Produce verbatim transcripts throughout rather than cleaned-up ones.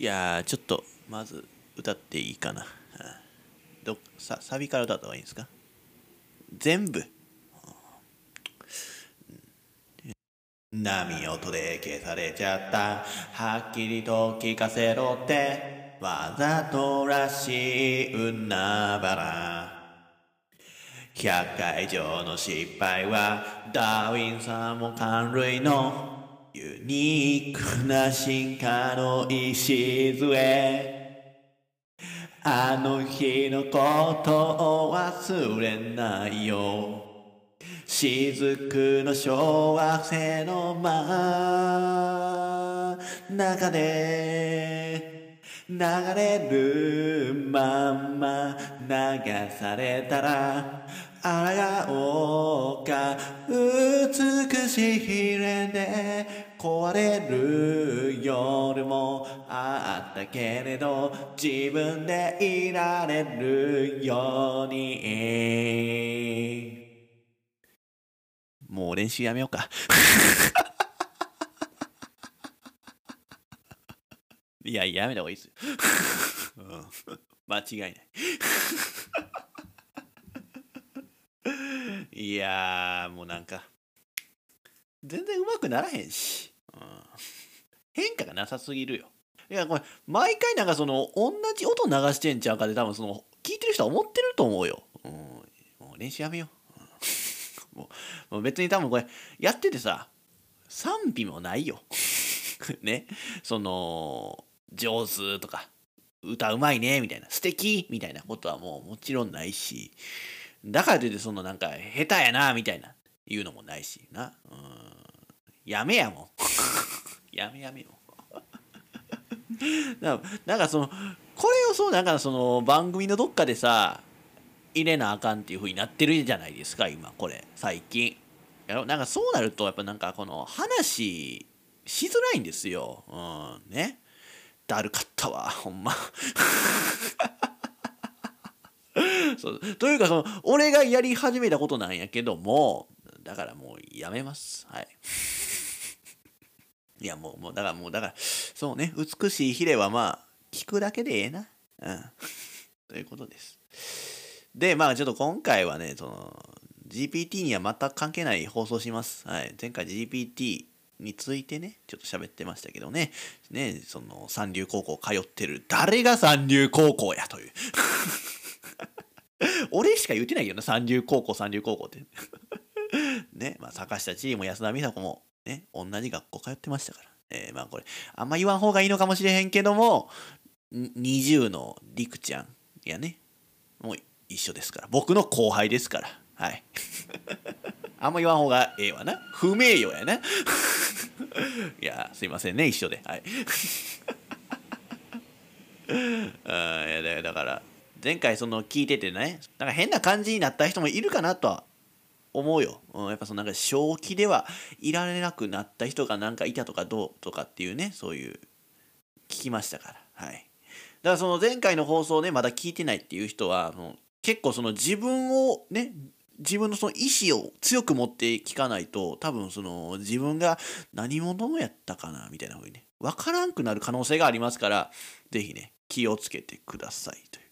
いやー、ちょっと、まず歌っていいかな。はあどさサビから歌った方がいいんですか？全部。波音で消されちゃった。はっきりと聞かせろって。わざとらしい海原。ひゃっかい以上の失敗はダーウィンさんも感類のユニークな進化の礎。あの日のことを忘れないよ。雫の小惑星の真ん中で流れるまんま流されたらあらがおうか。美しい悲恋で壊れる夜もあったけれど自分でいられるように。もう練習やめようか。いや、やめた方がいいですよ。うん、間違いない。いやー、もうなんか、全然上手くならへんし、うん、変化がなさすぎるよ。いや、これ、毎回なんかその、同じ音流してんちゃうかで、多分その、聞いてる人は思ってると思うよ。うん、もう練習やめよう。もうもう別に多分これ、やっててさ、賛否もないよ。ね。その、上手とか、歌うまいね、みたいな、素敵みたいなことはもうもちろんないし、だからといってそのなんか、下手やな、みたいな、言うのもないしな。うん。やめやもん。やめやめよ。だからなんかその、これをそうなんかその番組のどっかでさ、入れなあかんっていう風になってるじゃないですか、今、これ、最近。やろなんかそうなると、やっぱなんかこの話しづらいんですよ。うん、ね。だるかったわ、ほんま。そうというかその、俺がやり始めたことなんやけども、だからもうやめます。はい。いやもう、もう、だからもう、だから、そうね、美しいヒレはまあ、聞くだけでええな。うん。ということです。で、まあちょっと今回はね、その、ジーピーティー には全く関係ない放送します。はい。前回 ジーピーティー についてね、ちょっと喋ってましたけどね。ね、その、三流高校通ってる、誰が三流高校やという。俺しか言ってないよな、三流高校、三流高校って。ね、まあ、坂下千里も安田美沙子も、ね、同じ学校通ってましたから。えー、まあこれ、あんま言わん方がいいのかもしれへんけども、にじゅうのりくちゃんやね、もう一緒ですから。僕の後輩ですから。はい。あんま言わん方がええわな。不名誉やな。いや、すいませんね、一緒で。はい。あいやだだから、前回その聞いててね、なんか変な感じになった人もいるかなとは思うよ。うん、やっぱそのなんか正気ではいられなくなった人がなんかいたとかどうとかっていうね、そういう聞きましたから。はい。だからその前回の放送ね、まだ聞いてないっていう人は、あの結構その自分をね、自分のその意思を強く持って聞かないと、多分その自分が何者やったかなみたいな風にね、わからんくなる可能性がありますから、ぜひね、気をつけてくださいという。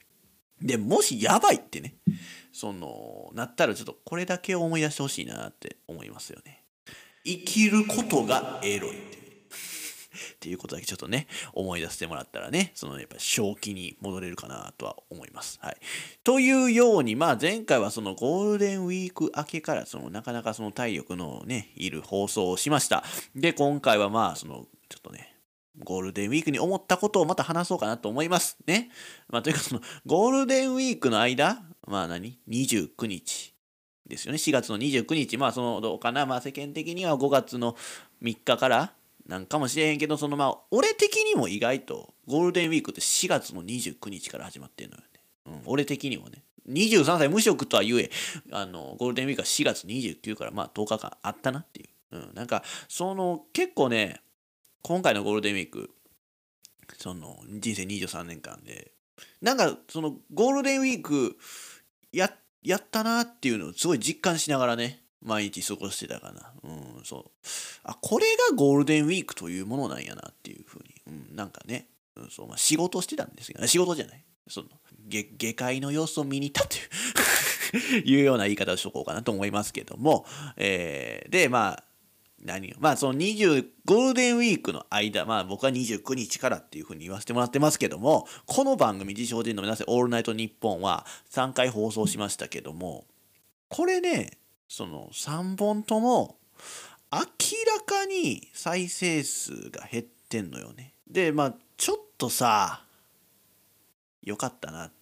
で、もしやばいってね、その、なったらちょっとこれだけ思い出してほしいなって思いますよね。生きることがエロいっていう。っていうことだけちょっとね、思い出してもらったらね、そのやっぱ正気に戻れるかなとは思います。はい。というように、まあ前回はそのゴールデンウィーク明けからそのなかなかその体力のね、いる放送をしました。で、今回はまあその、ちょっとね、ゴールデンウィークに思ったことをまた話そうかなと思いますね。まあというかその、ゴールデンウィークの間、まあ何 ?にじゅうくにちですよね。しがつのにじゅうくにち、まあその、どうかな、まあ世間的にはごがつのみっかからなんかもしれへんけど、そのまあ、俺的にも意外とゴールデンウィークってしがつのにじゅうくにちから始まってんのよね。うん、俺的にはね。にじゅうさんさい無職とはゆえ、あの、ゴールデンウィークはしがつにじゅうくからまあとおかかんあったなっていう。うん、なんか、その、結構ね、今回のゴールデンウィーク、その、人生にじゅうさんねんかんで、なんか、その、ゴールデンウィーク、や、やったなっていうのをすごい実感しながらね、毎日過ごしてたかな。うん、そう。あ、これがゴールデンウィークというものなんやなっていうふうに。うん、なんかね。 うん、そうまあ、仕事してたんですけど、仕事じゃない。その下下界の様子を見に行ったといういうような言い方をしとこうかなと思いますけども、えー、で、まあ、何まあそのにじゅうゴールデンウィークの間、まあ僕はにじゅうくにちからっていうふうに言わせてもらってますけども、この番組、自称人の皆さん、オールナイトニッポンはさんかい放送しましたけども、これね、そのさんぼんとも明らかに再生数が減ってんのよね。で、まあちょっとさ、よかったなって。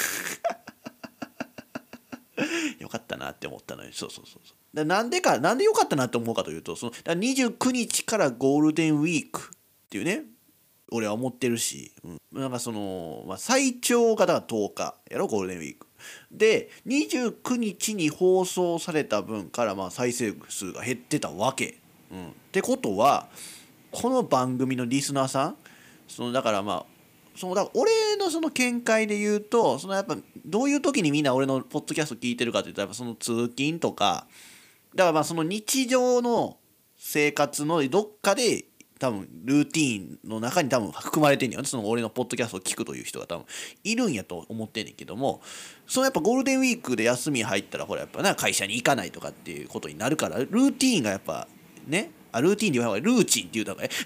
よかったなって思ったのよ。そうそうそうそう。だなんでか、なんでよかったなって思うかというと、そのだにじゅうくにちからゴールデンウィークっていうね、俺は思ってるし、うん、なんかその、まあ、最長がだからとおかやろ、ゴールデンウィーク。で、にじゅうくにちに放送された分からまあ再生数が減ってたわけ。うん、ってことは、この番組のリスナーさん、そのだからまあ、そのだから俺のその見解で言うと、そのやっぱどういう時にみんな俺のポッドキャスト聞いてるかというと、やっぱその通勤とか、だからまあその日常の生活のどっかで多分ルーティーンの中に多分含まれてんねんよ。その俺のポッドキャストを聞くという人が多分いるんやと思ってんねんけども、そのやっぱゴールデンウィークで休み入ったらほらやっぱな会社に行かないとかっていうことになるから、ルーティーンがやっぱね、あルーティーンで言わない方がいい、ルーチンって言うた方がいい。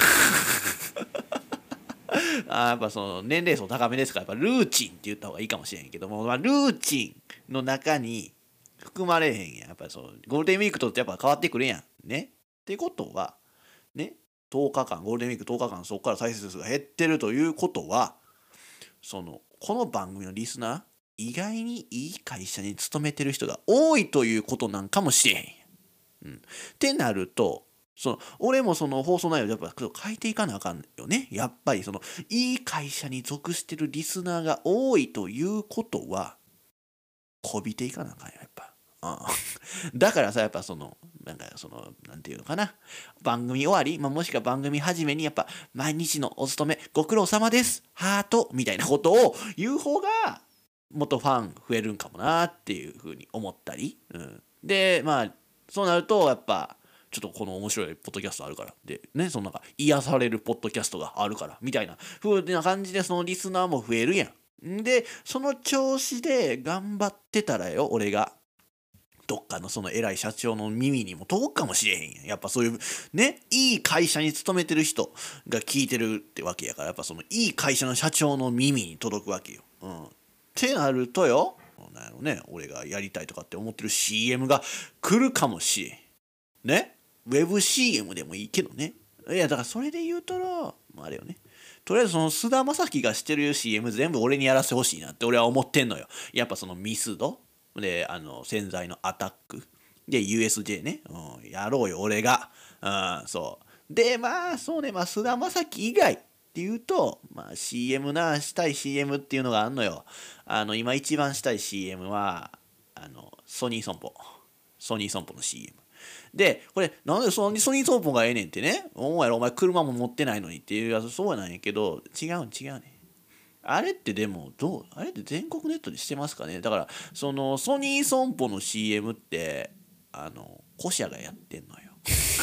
あやっぱその年齢層高めですからやっぱルーチンって言った方がいいかもしれんけども、まあ、ルーチンの中に含まれへんやん。やっぱりそのゴールデンウィークとってやっぱ変わってくるやんね。ってことはね、とおかかんゴールデンウィークとおかかんそこから再生数が減ってるということは、そのこの番組のリスナー意外にいい会社に勤めてる人が多いということなんかもしれへん。うん、ってなるとその俺もその放送内容でやっぱ変えていかなあかんよね。やっぱりそのいい会社に属してるリスナーが多いということはこびていかなあかんよやっぱ。うん、だからさやっぱそのなんかそのなんていうのかな、番組終わり、まあ、もしくは番組始めにやっぱ毎日のお勤めご苦労様ですハートみたいなことを言う方がもっとファン増えるんかもなっていうふうに思ったり、うん、でまあそうなるとやっぱちょっとこの面白いポッドキャストあるからでね、そのなんか癒されるポッドキャストがあるからみたいな風な感じでそのリスナーも増えるやん。でその調子で頑張ってたらよ、俺がどっかのその偉い社長の耳にも届くかもしれへんやん。やっぱそういうね、いい会社に勤めてる人が聞いてるってわけやから、やっぱそのいい会社の社長の耳に届くわけよ。うん。ってなるとよ、なんやろね、俺がやりたいとかって思ってる シーエム が来るかもしれん。ね、ウェブ シーエム でもいいけどね。いやだからそれで言うたらあれよね、とりあえずその菅田将暉がしてる シーエム 全部俺にやらせてほしいなって俺は思ってんのよ。やっぱそのミスドであの洗剤のアタックで ユーエスジェー ね、うん、やろうよ俺が、うん、そうでまあそうね、まあ菅田将暉以外っていうと、まあ、シーエム なしたい シーエム っていうのがあんのよ。あの今一番したい シーエム はあのソニー損保ソニー損保の シーエムで、これなんでソニーソニー損保がええねんってね、お前らお前車も持ってないのにっていうやつそうなんやけど、違う違うね。あれってでもどうあれって全国ネットでしてますかね。だからそのソニー損保の シーエム ってあの古社がやってんのよ。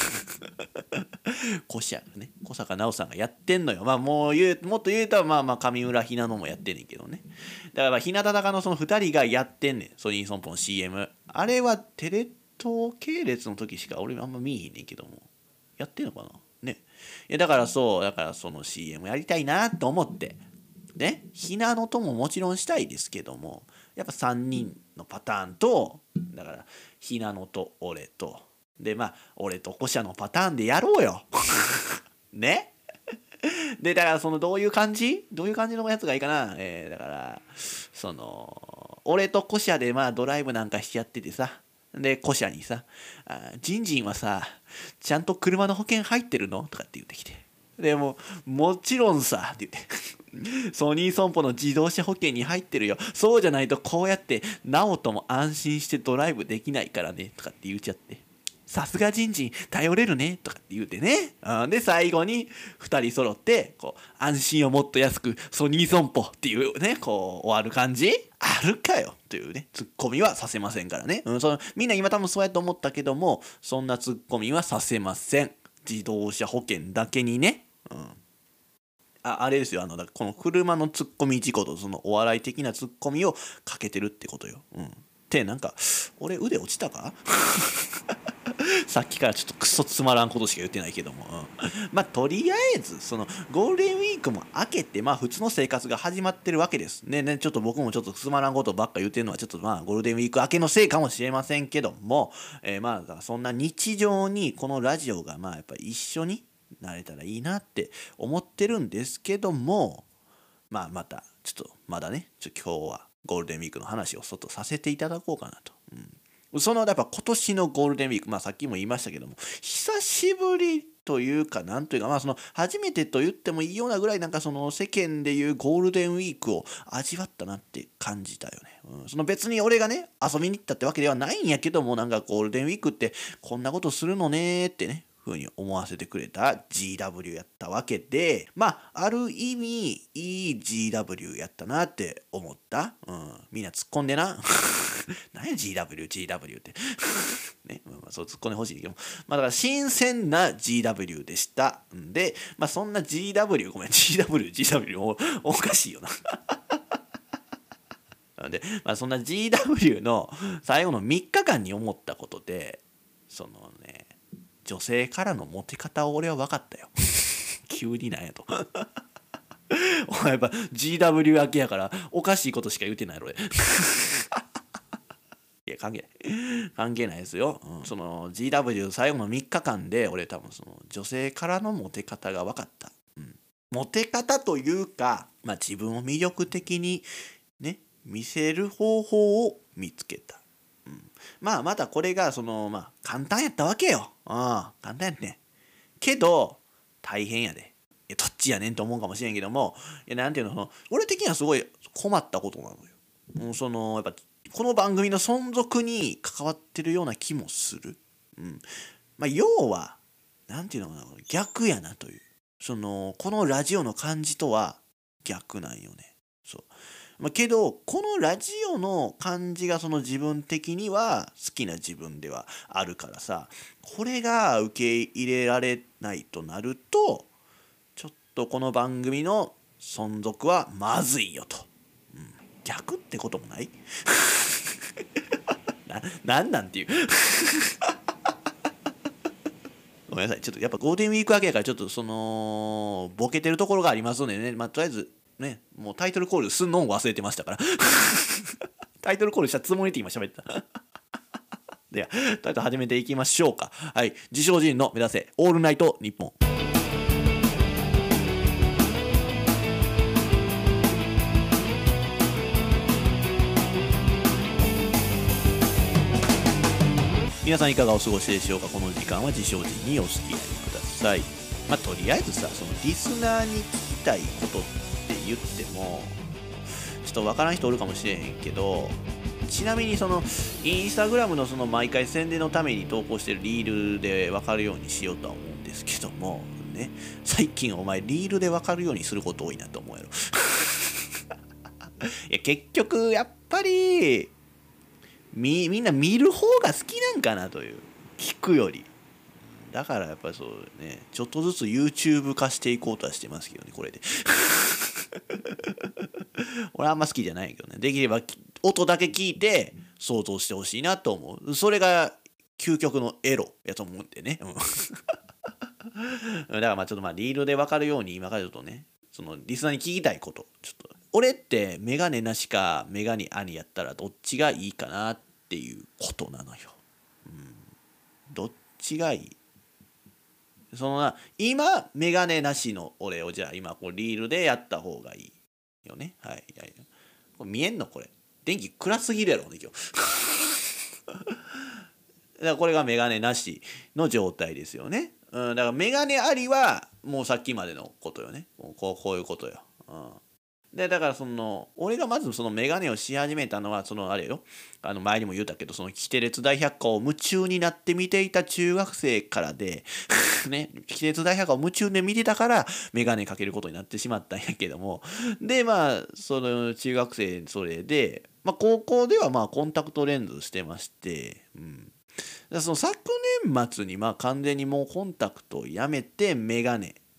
古社がね、小坂直さんがやってんのよ。まあもう言うもっと言うとまあまあ上村ひなのもやってんねんけどね。だから日向坂のそのふたりがやってんねん、ソニー損保の シーエム。あれはテレ東系列の時しか俺あんま見えへんねんけども、やってんのかなね。いやだからそうだからその シーエム やりたいなと思ってね、ひなのとももちろんしたいですけども、やっぱさんにんのパターンと、だからひなのと俺とでまあ俺と古社のパターンでやろうよ。ね。でだからそのどういう感じどういう感じのやつがいいかな、えー、だからその俺と古社でまあドライブなんかしちゃっててさ、で古社にさあ「ジンジンはさちゃんと車の保険入ってるの?」とかって言ってきて、でももちろんさって言ってソニー損保の自動車保険に入ってるよ、そうじゃないとこうやって直人も安心してドライブできないからねとかって言っちゃって、さすがジンジン頼れるねとかって言うてね、で最後にふたり揃ってこう安心をもっと安くソニー損保っていうねこう終わる感じあるかよというねツッコミはさせませんからね、うん、そのみんな今多分そうやと思ったけどもそんなツッコミはさせません。自動車保険だけにね、うん、 ああれですよ、あのだからこの車のツッコミ事故とそのお笑い的なツッコミをかけてるってことよ。うん。ってなんか俺腕落ちたかさっきからちょっとクソつまらんことしか言ってないけども、うん、まあとりあえずそのゴールデンウィークも明けてまあ普通の生活が始まってるわけですね。ねちょっと僕もちょっとつまらんことばっか言ってるのはちょっとまあゴールデンウィーク明けのせいかもしれませんけども、えー、まあだからそんな日常にこのラジオがまあやっぱり一緒になれたらいいなって思ってるんですけども、まあまたちょっとまだねちょ今日はゴールデンウィークの話を外させていただこうかなと。うんそのやっぱ今年のゴールデンウィーク、まあさっきも言いましたけども、久しぶりというか、なんというか、まあその初めてと言ってもいいようなぐらい、なんかその世間でいうゴールデンウィークを味わったなって感じたよね。うん、その別に俺がね、遊びに行ったってわけではないんやけども、なんかゴールデンウィークってこんなことするのねーってね、ふうに思わせてくれた ジーダブリュー やったわけで、まあある意味いい ジーダブリュー やったなって思った。うん、みんな突っ込んでな。何や ジーダブリュー、ジーダブリュー って。ね、まあ、そう突っ込んでほしいけども。まあだから新鮮な ジーダブリュー でした。んで、まあそんな ジーダブリュー、ごめん、ジーダブリュー、ジーダブリュー お、おかしいよな。なんで、まあそんな ジーダブリュー の最後のみっかかんに思ったことで、そのね、女性からのモテ方を俺は分かったよ。急になんやと。お前やっぱ ジーダブリュー 明けやからおかしいことしか言うてないやろ俺。いや関係ない関係ないですよ、うん、その ジーダブリュー 最後のみっかかんで俺多分その女性からのモテ方が分かった、うん、モテ方というか、まあ、自分を魅力的にね見せる方法を見つけた、うん、まあまたこれがそのまあ簡単やったわけよ、うん、簡単やってんけど大変やで、いやどっちやねんと思うかもしれんけども、いやなんていうの、その俺的にはすごい困ったことなのよ、うん、そのやっぱこの番組の存続に関わってるような気もする。うん。まあ、要は、なんていうのかな、逆やなという。その、このラジオの感じとは逆なんよね。そう。まあ、けど、このラジオの感じがその自分的には好きな自分ではあるからさ、これが受け入れられないとなると、ちょっとこの番組の存続はまずいよと。逆ってこともないな、なんなんていうごめんなさいちょっとやっぱゴールデンウィーク明けやからちょっとそのボケてるところがありますのでね、まあとりあえずねもうタイトルコールすんのを忘れてましたからタイトルコールしたつもりで今喋ったではタイトル始めていきましょうか。はい、自称人の目指せオールナイトニッポン。皆さんいかがお過ごしでしょうか。この時間は自称人にお付き合いください。まあとりあえずさ、そのリスナーに聞きたいことって言ってもちょっとわからん人おるかもしれへんけど、ちなみにそのインスタグラムのその毎回宣伝のために投稿してるリールで分かるようにしようとは思うんですけどもね、最近お前リールで分かるようにすること多いなと思うやろいや結局やっぱりみみんな見る方が好きなんかなという、聞くより。だからやっぱりそうね、ちょっとずつ YouTube 化していこうとはしてますけどね、これで俺あんま好きじゃないけどね、できれば音だけ聞いて想像してほしいなと思う。それが究極のエロやと思うんでねだからまあちょっとまあリールで分かるように今からちょっとね、そのリスナーに聞きたいこと、ちょっと俺ってメガネなしかメガネありやったらどっちがいいかなっていうことなのよ。うん、どっちがいい？そのな今メガネなしの俺をじゃあ今こうリールでやった方がいいよね。はい。いやいやこれ見えんのこれ？電気暗すぎるやろね今日。だからこれがメガネなしの状態ですよね。うん、だからメガネありはもうさっきまでのことよね。こうこういうことよ。うん。でだからその俺がまずそのメガネをし始めたのはそのあれよ、あの前にも言ったけどそのキテレツ大百科を夢中になって見ていた中学生からでね、キテレツ大百科を夢中で見てたからメガネかけることになってしまったんやけども、でまあその中学生それで、まあ、高校ではまあコンタクトレンズしてまして、うん、だその昨年末にまあ完全にもうコンタクトをやめてメガネ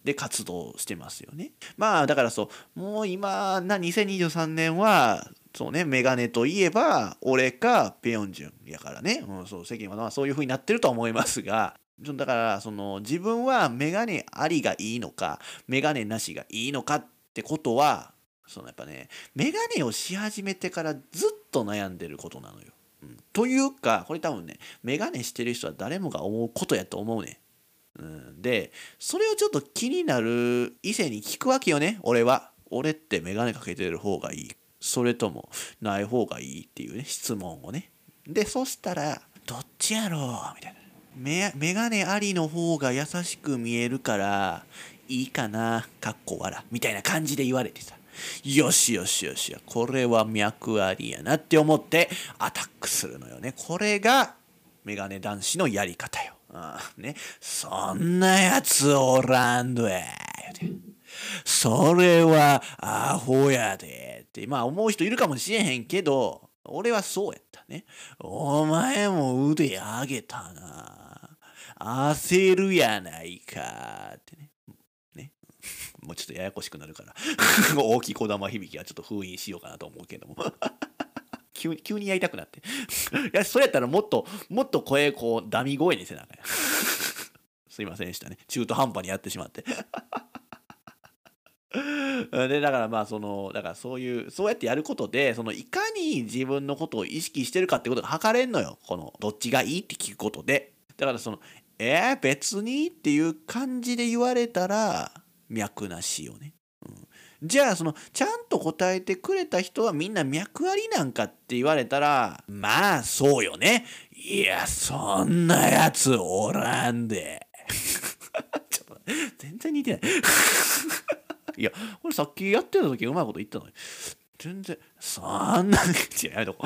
で活動してますよね。まあだからそうもう今なにせんにじゅうさんねんはそうねメガネといえば俺かペヨンジュンやからね、うん、そう世間はまあそういう風になってるとは思いますが、だからその自分はメガネありがいいのかメガネなしがいいのかってことはそのやっぱねメガネをし始めてからずっと悩んでることなのよ。うん、というかこれ多分ねメガネしてる人は誰もが思うことやと思うね。うん、でそれをちょっと気になる異性に聞くわけよね俺は。俺ってメガネかけてる方がいいそれともない方がいいっていうね質問をね。でそしたらどっちやろうみたいな。メメガネありの方が優しく見えるからいいかなかっこ笑みたいな感じで言われてさ、よしよしよしこれは脈ありやなって思ってアタックするのよね。これがメガネ男子のやり方よ。ああね、そんなやつおらんでそれはアホやでってまあ思う人いるかもしれへんけど俺はそうやったね。お前も腕上げたな焦るやないかってね。ねもうちょっとややこしくなるから大きい小玉響きはちょっと封印しようかなと思うけども急に急にやりたくなっていやそれやったらもっともっと声こうダミ声にせなあかんすいませんでしたね中途半端にやってしまってでだからまあそのだからそういうそうやってやることでそのいかに自分のことを意識してるかってことが測れんのよ。このどっちがいいって聞くことで。だからそのえー、別にっていう感じで言われたら脈なしよね。うん、じゃあそのちゃんと答えてくれた人はみんな脈ありなんかって言われたらまあそうよね。いやそんなやつおらんでちょっと全然似てないいやこれさっきやってた時うまいこと言ったのに全然そんな違うやめとこ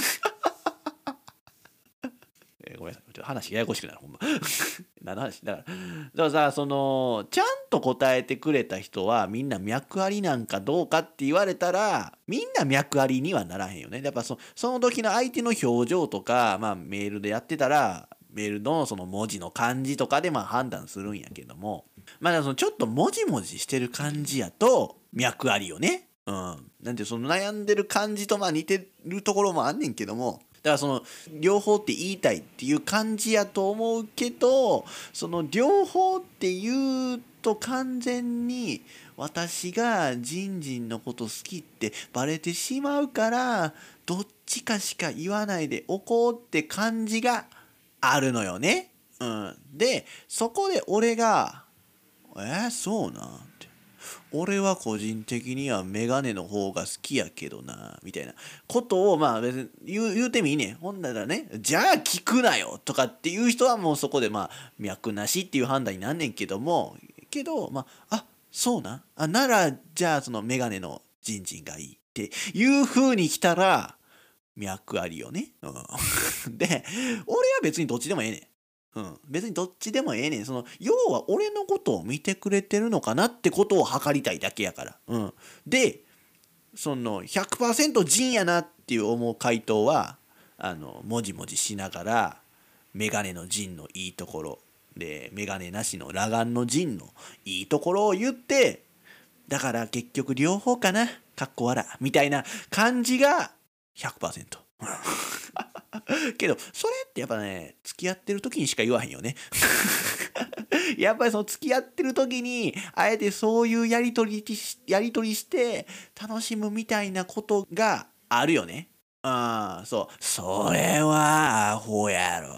えーごめんなさいちょっと話ややこしくなるほんま何の話だからだからさそのちゃんと答えてくれた人はみんな脈ありなんかどうかって言われたらみんな脈ありにはならへんよね。やっぱそその時の相手の表情とか、まあ、メールでやってたらメールのその文字の感じとかでまあ判断するんやけども、まあそのちょっともじもじしてる感じやと脈ありよね。うん、なんてその悩んでる感じとまあ似てるところもあんねんけども、だからその両方って言いたいっていう感じやと思うけどその両方って言うと完全に私がジンジンのこと好きってバレてしまうからどっちかしか言わないでおこうって感じがあるのよね。うん、でそこで俺が「えー、そうなん」って俺は個人的にはメガネの方が好きやけどなみたいなことをまあ別に言う、言うてもいいねん。ほんならねじゃあ聞くなよとかっていう人はもうそこでまあ脈なしっていう判断になんねんけどもけどまああそうなんあならじゃあそのメガネのジンジンがいいっていう風に来たら脈ありよね。うん、で俺は別にどっちでもええねん。うん、別にどっちでもええねん。その要は俺のことを見てくれてるのかなってことを測りたいだけやから。うん、でその ひゃくパーセント ジンやなっていう思う回答はあのもじもじしながらメガネのジンのいいところでメガネなしの裸眼のジンのいいところを言ってだから結局両方かなかっこ笑みたいな感じが ひゃくパーセント けどそれってやっぱね付き合ってる時にしか言わへんよねやっぱりその付き合ってる時にあえてそういうやり取りやり取りして楽しむみたいなことがあるよね。ああそうそれはアホやろ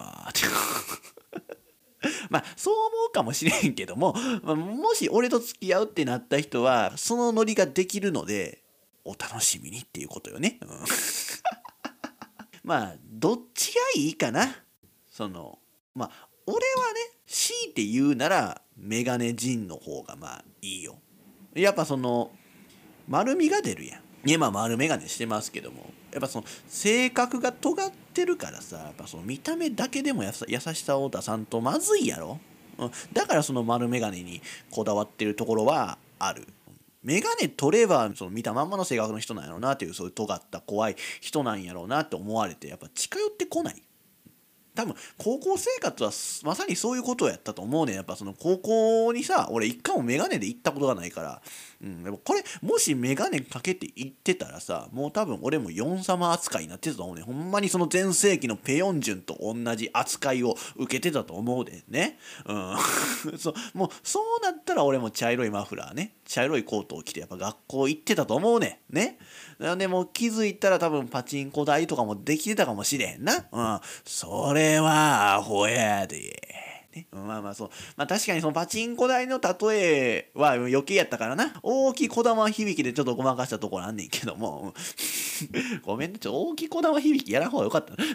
まあそう思うかもしれへんけども、まあ、もし俺と付き合うってなった人はそのノリができるのでお楽しみにっていうことよね。うんまあどっちがいいかな。そのまあ俺はね強いて言うならメガネジンの方がまあいいよ。やっぱその丸みが出るやん。今丸メガネしてますけどもやっぱその性格が尖ってるからさやっぱその見た目だけでもやさ優しさを出さんとまずいやろ。うん、だからその丸メガネにこだわってるところはある。メガネ取ればその見たまんまの性格の人なんやろうなっていうそういう尖った怖い人なんやろうなって思われてやっぱ近寄ってこない。 多分高校生活はまさにそういうことやったと思うねん。やっぱその高校にさ、俺一回もメガネで行ったことがないから、うん、でもこれもしメガネかけて行ってたらさ、もう多分俺もヨン様扱いになってたと思うねん。ほんまにその全盛期のペヨンジュンと同じ扱いを受けてたと思うでね。うん、そうもうそうなったら俺も茶色いマフラーね、茶色いコートを着てやっぱ学校行ってたと思うねんね。なんでもう気づいたら多分パチンコ台とかもできてたかもしれへんな。うん、それはアホやで。ね、まあまあそう。まあ確かにそのパチンコ台の例えは余計やったからな。大きい小玉響きでちょっとごまかしたところあんねんけども。ごめんね、ちょっと大きい小玉響きやらん方がよかったな。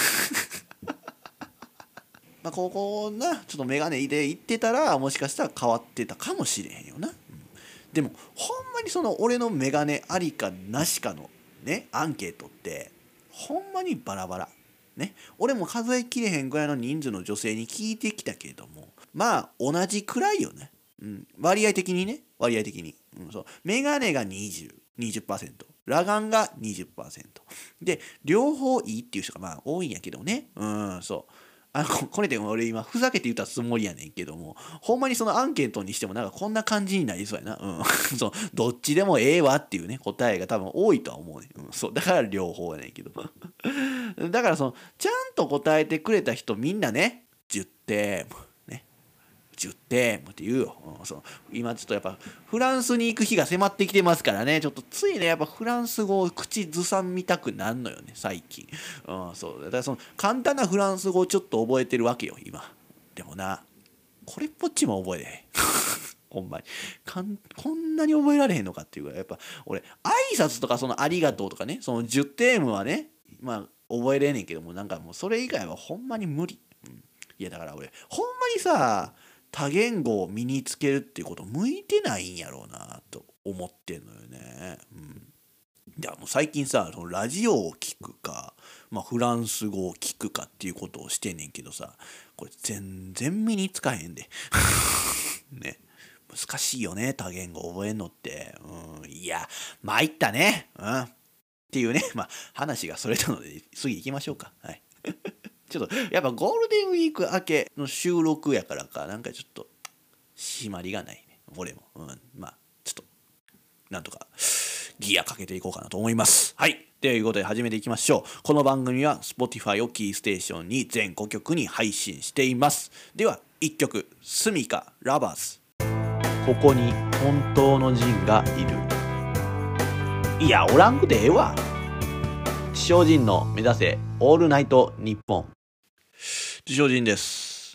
まあここな、ちょっとメガネで行ってたらもしかしたら変わってたかもしれへんよな。うん、でもほんまにその俺のメガネありかなしかのね、アンケートってほんまにバラバラ。ね、俺も数えきれへんぐらいの人数の女性に聞いてきたけれども、まあ同じくらいよね、うん、割合的にね、割合的に、うん、そうメガネがにじゅう、にじゅっパーセント、裸眼が にじゅっパーセント で両方いいっていう人がまあ多いんやけどね、うんそうあのこれでも俺今ふざけて言ったつもりやねんけども、ほんまにそのアンケートにしてもなんかこんな感じになりそうやな。うん、そうどっちでもええわっていうね答えが多分多いとは思うね。うん、そうだから両方やねんけど。だからそのちゃんと答えてくれた人みんなねじゅってんねじゅってんって言うよ。うん、そう今ちょっとやっぱフランスに行く日が迫ってきてますからね、ちょっとついねやっぱフランス語を口ずさみたくなんのよね最近。うん、そうだからその簡単なフランス語をちょっと覚えてるわけよ今。でもなこれっぽっちも覚えれへん。ほんまにかんこんなに覚えられへんのかっていうぐらいやっぱ俺挨拶とかそのありがとうとかね、そのじゅってんはねまあ覚えれんねんけども、なんかもうそれ以外はほんまに無理。うん、いやだから俺ほんまにさ多言語を身につけるっていうこと向いてないんやろうなと思ってんのよね。うん、いやもう最近さそのラジオを聞くか、まあ、フランス語を聞くかっていうことをしてんねんけどさ、これ全然身につかへんで。ね難しいよね多言語覚えんのって。うん、いや参ったね。うんっていうね、まあ話がそれたので次行きましょうか。はい。ちょっとやっぱゴールデンウィーク明けの収録やからかなんかちょっと締まりがないね俺も。うん、まあちょっとなんとかギアかけていこうかなと思います。はい。ということで始めていきましょう。この番組は Spotify をキーステーションに全ごきょくに配信しています。ではいっきょくスミカラバーズ。ここに本当のジンがいる。いやおらんくてええわ。地上人の目指せオールナイトニッポン。地上人です。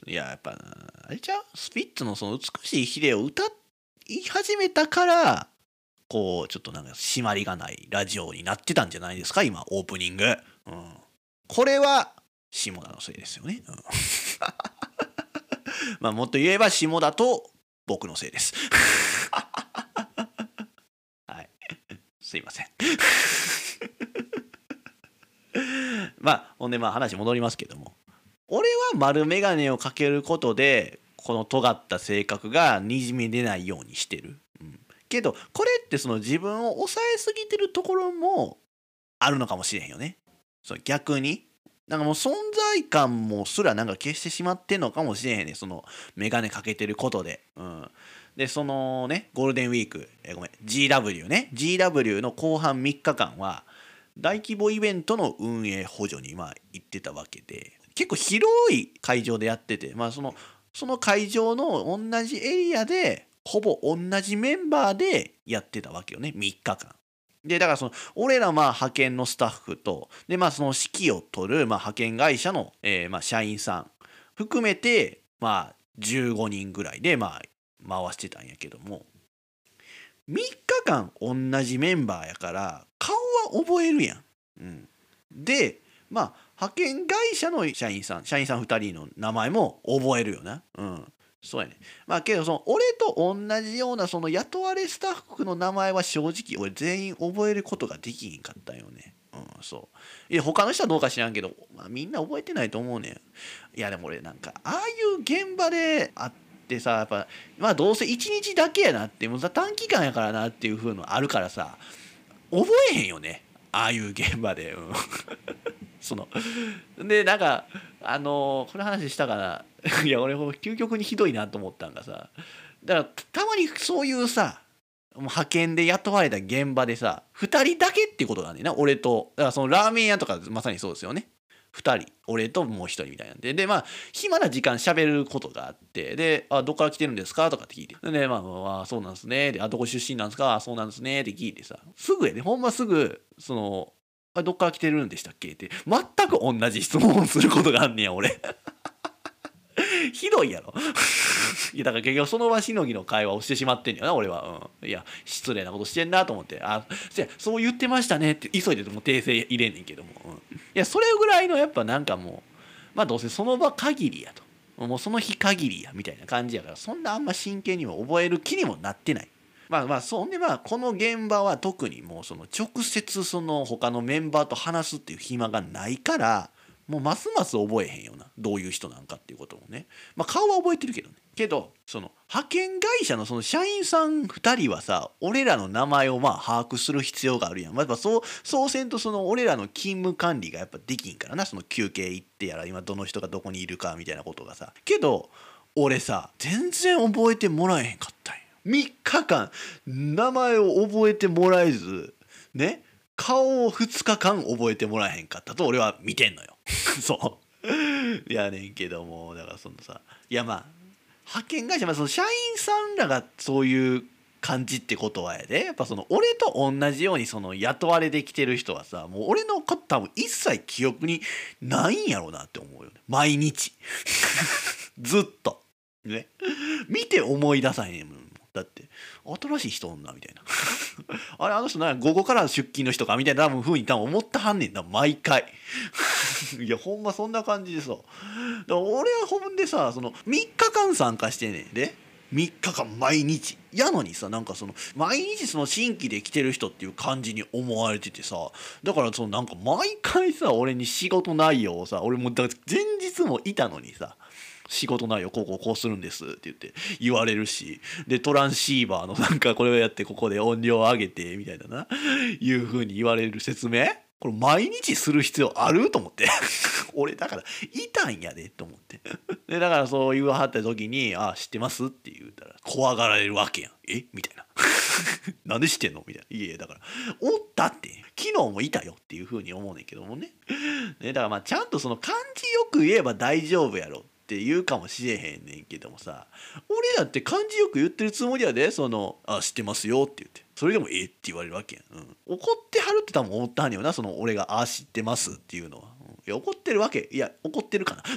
いややっぱあれちゃうスピッツのその美しいヒレを歌い始めたからこうちょっとなんか締まりがないラジオになってたんじゃないですか今オープニング。うん、これは下田のせいですよね。うん、まあもっと言えば下田と僕のせいです。はいすいません。まあほんでまあ話戻りますけども、俺は丸眼鏡をかけることでこの尖った性格がにじみ出ないようにしてる。うん、けどこれってその自分を抑えすぎてるところもあるのかもしれへんよね。そう逆になんかもう存在感もすらなんか消してしまってんのかもしれへんね、その眼鏡かけてることで。うん、でそのねゴールデンウィークえごめん ジーダブリュー ね ジーダブリュー の後半みっかかんは大規模イベントの運営補助にまあ行ってたわけで、結構広い会場でやってて、まあそのその会場の同じエリアでほぼ同じメンバーでやってたわけよねみっかかんで。だからその俺らまあ派遣のスタッフとでまあその指揮を取るまあ派遣会社の、えー、まあ社員さん含めてまあじゅうごにんぐらいでまあ回してたんやけども、みっかかん同じメンバーやから顔は覚えるやん。うん、でまあ派遣会社の社員さん社員さんふたりの名前も覚えるよな。うん、そうやね。まあけどその俺と同じようなその雇われスタッフの名前は正直俺全員覚えることができひんかったよね。うん、そう。いや他の人はどうか知らんけど、まあ、みんな覚えてないと思うねん。いやでも俺なんかああいう現場であってさやっぱまあどうせいちにちだけやなってもう短期間やからなっていう風のあるからさ覚えへんよねああいう現場で。うんそのでなんかあのーこの話したかないや俺もう究極にひどいなと思ったんがさ、だからたまにそういうさもう派遣で雇われた現場でさふたりだけっていうことなんだよな、俺と。だからそのラーメン屋とかまさにそうですよね。ふたり俺ともうひとりみたいなんで、でまあ暇な時間喋ることがあって、で「あどっから来てるんですか?」とかって聞いて、でまあ「あそうなんですね」で「あどこ出身なんですか?」あ「そうなんですね」って聞いてさ、すぐやでほんますぐその「あどっから来てるんでしたっけ?」って全く同じ質問をすることがあんねや俺ひどいやろいやだから結局その場しのぎの会話をしてしまってんだよな俺は、うん、いや失礼なことしてんなと思って、あそやそう言ってましたねって急いでもう訂正入れんねんけども、うん、いやそれぐらいのやっぱなんかもうまあどうせその場限りやと、もうその日限りやみたいな感じやから、そんなあんま真剣にも覚える気にもなってない。まあまあそんでまあこの現場は特にもうその直接その他のメンバーと話すっていう暇がないから、もうますます覚えへんよな、どういう人なんかっていうこともね。まあ顔は覚えてるけどね。けどその派遣会社のその社員さんふたりはさ俺らの名前をまあ把握する必要があるやん。まあ、やっぱそうそうせんとその俺らの勤務管理がやっぱできんからな、その休憩行ってやら今どの人がどこにいるかみたいなことがさ。けど俺さ全然覚えてもらえへんかったんよ。みっかかん名前を覚えてもらえずね、顔をふつかかん覚えてもらえへんかったと俺は見てんのよそういやねんけども、だからそのさいやまあ派遣会社、まあ、その社員さんらがそういう感じってことはやで、やっぱその俺と同じようにその雇われてきてる人はさもう俺のこと多分一切記憶にないんやろうなって思うよね、毎日ずっとね見て思い出さへんもん。だって新しい人おんなみたいなあれあの人なんや午後から出勤の人かみたいな多分風に多分思ってはんねんな毎回いやほんまそんな感じでさ、だから俺はほんでさそのみっかかん参加してんねんで、みっかかん毎日やのにさ、なんかその毎日その新規で来てる人っていう感じに思われててさ、だからそのなんか毎回さ俺に仕事内容をさ、俺もだから前日もいたのにさ仕事内容こうこうこうするんですって言って言われるし、でトランシーバーのなんかこれをやってここで音量を上げてみたいなないう風に言われる説明、これ毎日する必要あると思って俺だからいたんやでと思ってでだからそう言わはった時に「あ知ってます?」って言うたら怖がられるわけやん。えみたいななんで知ってんのみたいな。いやだからおったって昨日もいたよっていう風に思うねんけどもね。ねだからまあちゃんとその漢字よく言えば大丈夫やろって言うかもしれへんねんけどもさ、俺だって漢字よく言ってるつもりやで、その「あ知ってますよ」って言って、それでも「えっ?」て言われるわけやん、うん、怒ってはるって多分思ったはんねんよな、その俺が「あ知ってます」っていうのは、うん、いや怒ってるわけいや怒ってるかな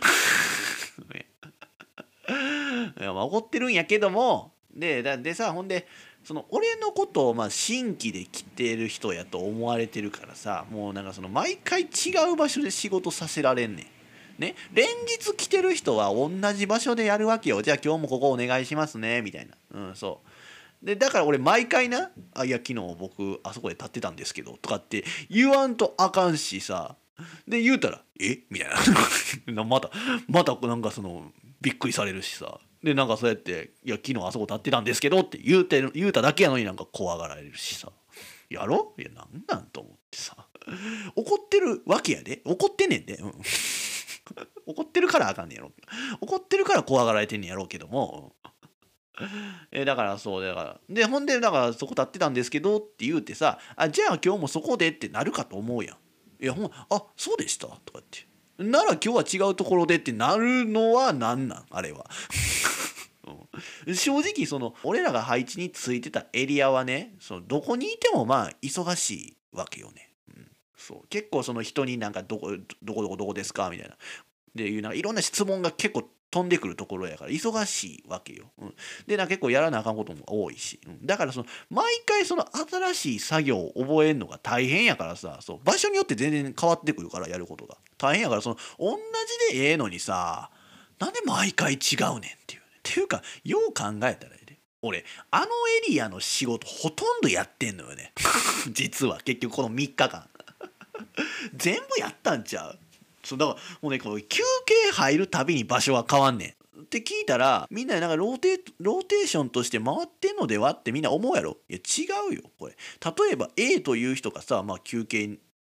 いやまあ怒ってるんやけども、でだでさほんでその俺のことをまあ新規で来てる人やと思われてるからさ、もうなんかその毎回違う場所で仕事させられんねんね、連日来てる人は同じ場所でやるわけよ。じゃあ今日もここお願いしますねみたいな、うんそうでだから俺毎回な「あいや昨日僕あそこで立ってたんですけど」とかって言わんとあかんしさ、で言うたら「えみたいなまたまたなんかそのびっくりされるしさ、でなんかそうやって「いや昨日あそこ立ってたんですけど」って言うて言うただけやのになんか怖がられるしさ、やろいやなんなんと思ってさ怒ってるわけやで、怒ってんねんで、うん怒ってるからあかんねやろ、怒ってるから怖がられてんねやろうけどもえだからそうだからでほんでだからそこ立ってたんですけどって言うてさ、あじゃあ今日もそこでってなるかと思うやん。いやほんあそうでしたとかってなら今日は違うところでってなるのはなんなんあれはうん、正直その俺らが配置についてたエリアはね、そのどこにいてもまあ忙しいわけよね、うん、そう結構その人になんかどこどこどこどこですかみたいなでいうなんかいろんな質問が結構飛んでくるところやから忙しいわけよ、うん、でなんか結構やらなあかんことも多いし、うん、だからその毎回その新しい作業を覚えるのが大変やからさ、そう場所によって全然変わってくるからやることが大変やから、その同じでええのにさなんで毎回違うねんっていうねっていうかよう考えたらええで俺あのエリアの仕事ほとんどやってんのよね実は結局このみっかかん全部やったんちゃう。そうだからもうねこの休憩入るたびに場所は変わんねんって聞いたら、みんななんかローテローテーションとして回ってんのではってみんな思うやろ。いや違うよこれ。例えば A という人がさ、まあ、休憩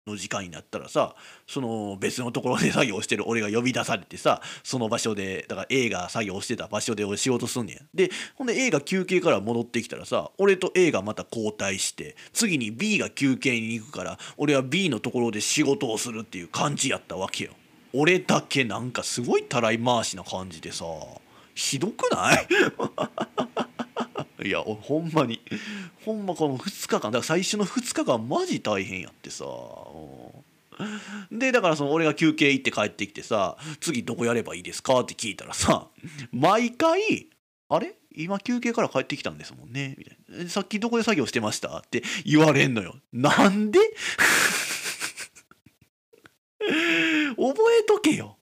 の時間になったらさ、その別のところで作業してる俺が呼び出されてさ、その場所でだから A が作業してた場所で俺仕事すんねん。でほんで A が休憩から戻ってきたらさ、俺と A がまた交代して次に B が休憩に行くから俺は B のところで仕事をするっていう感じやったわけよ。俺だけなんかすごいたらい回しな感じでさ、ひどくないいやほんまにほんまこのふつかかんだから最初のふつかかんマジ大変やってさ、うんでだからその俺が休憩行って帰ってきてさ、次どこやればいいですかって聞いたらさ、毎回あれ今休憩から帰ってきたんですもんねみたいな、さっきどこで作業してましたって言われんのよ。なんで覚えとけよ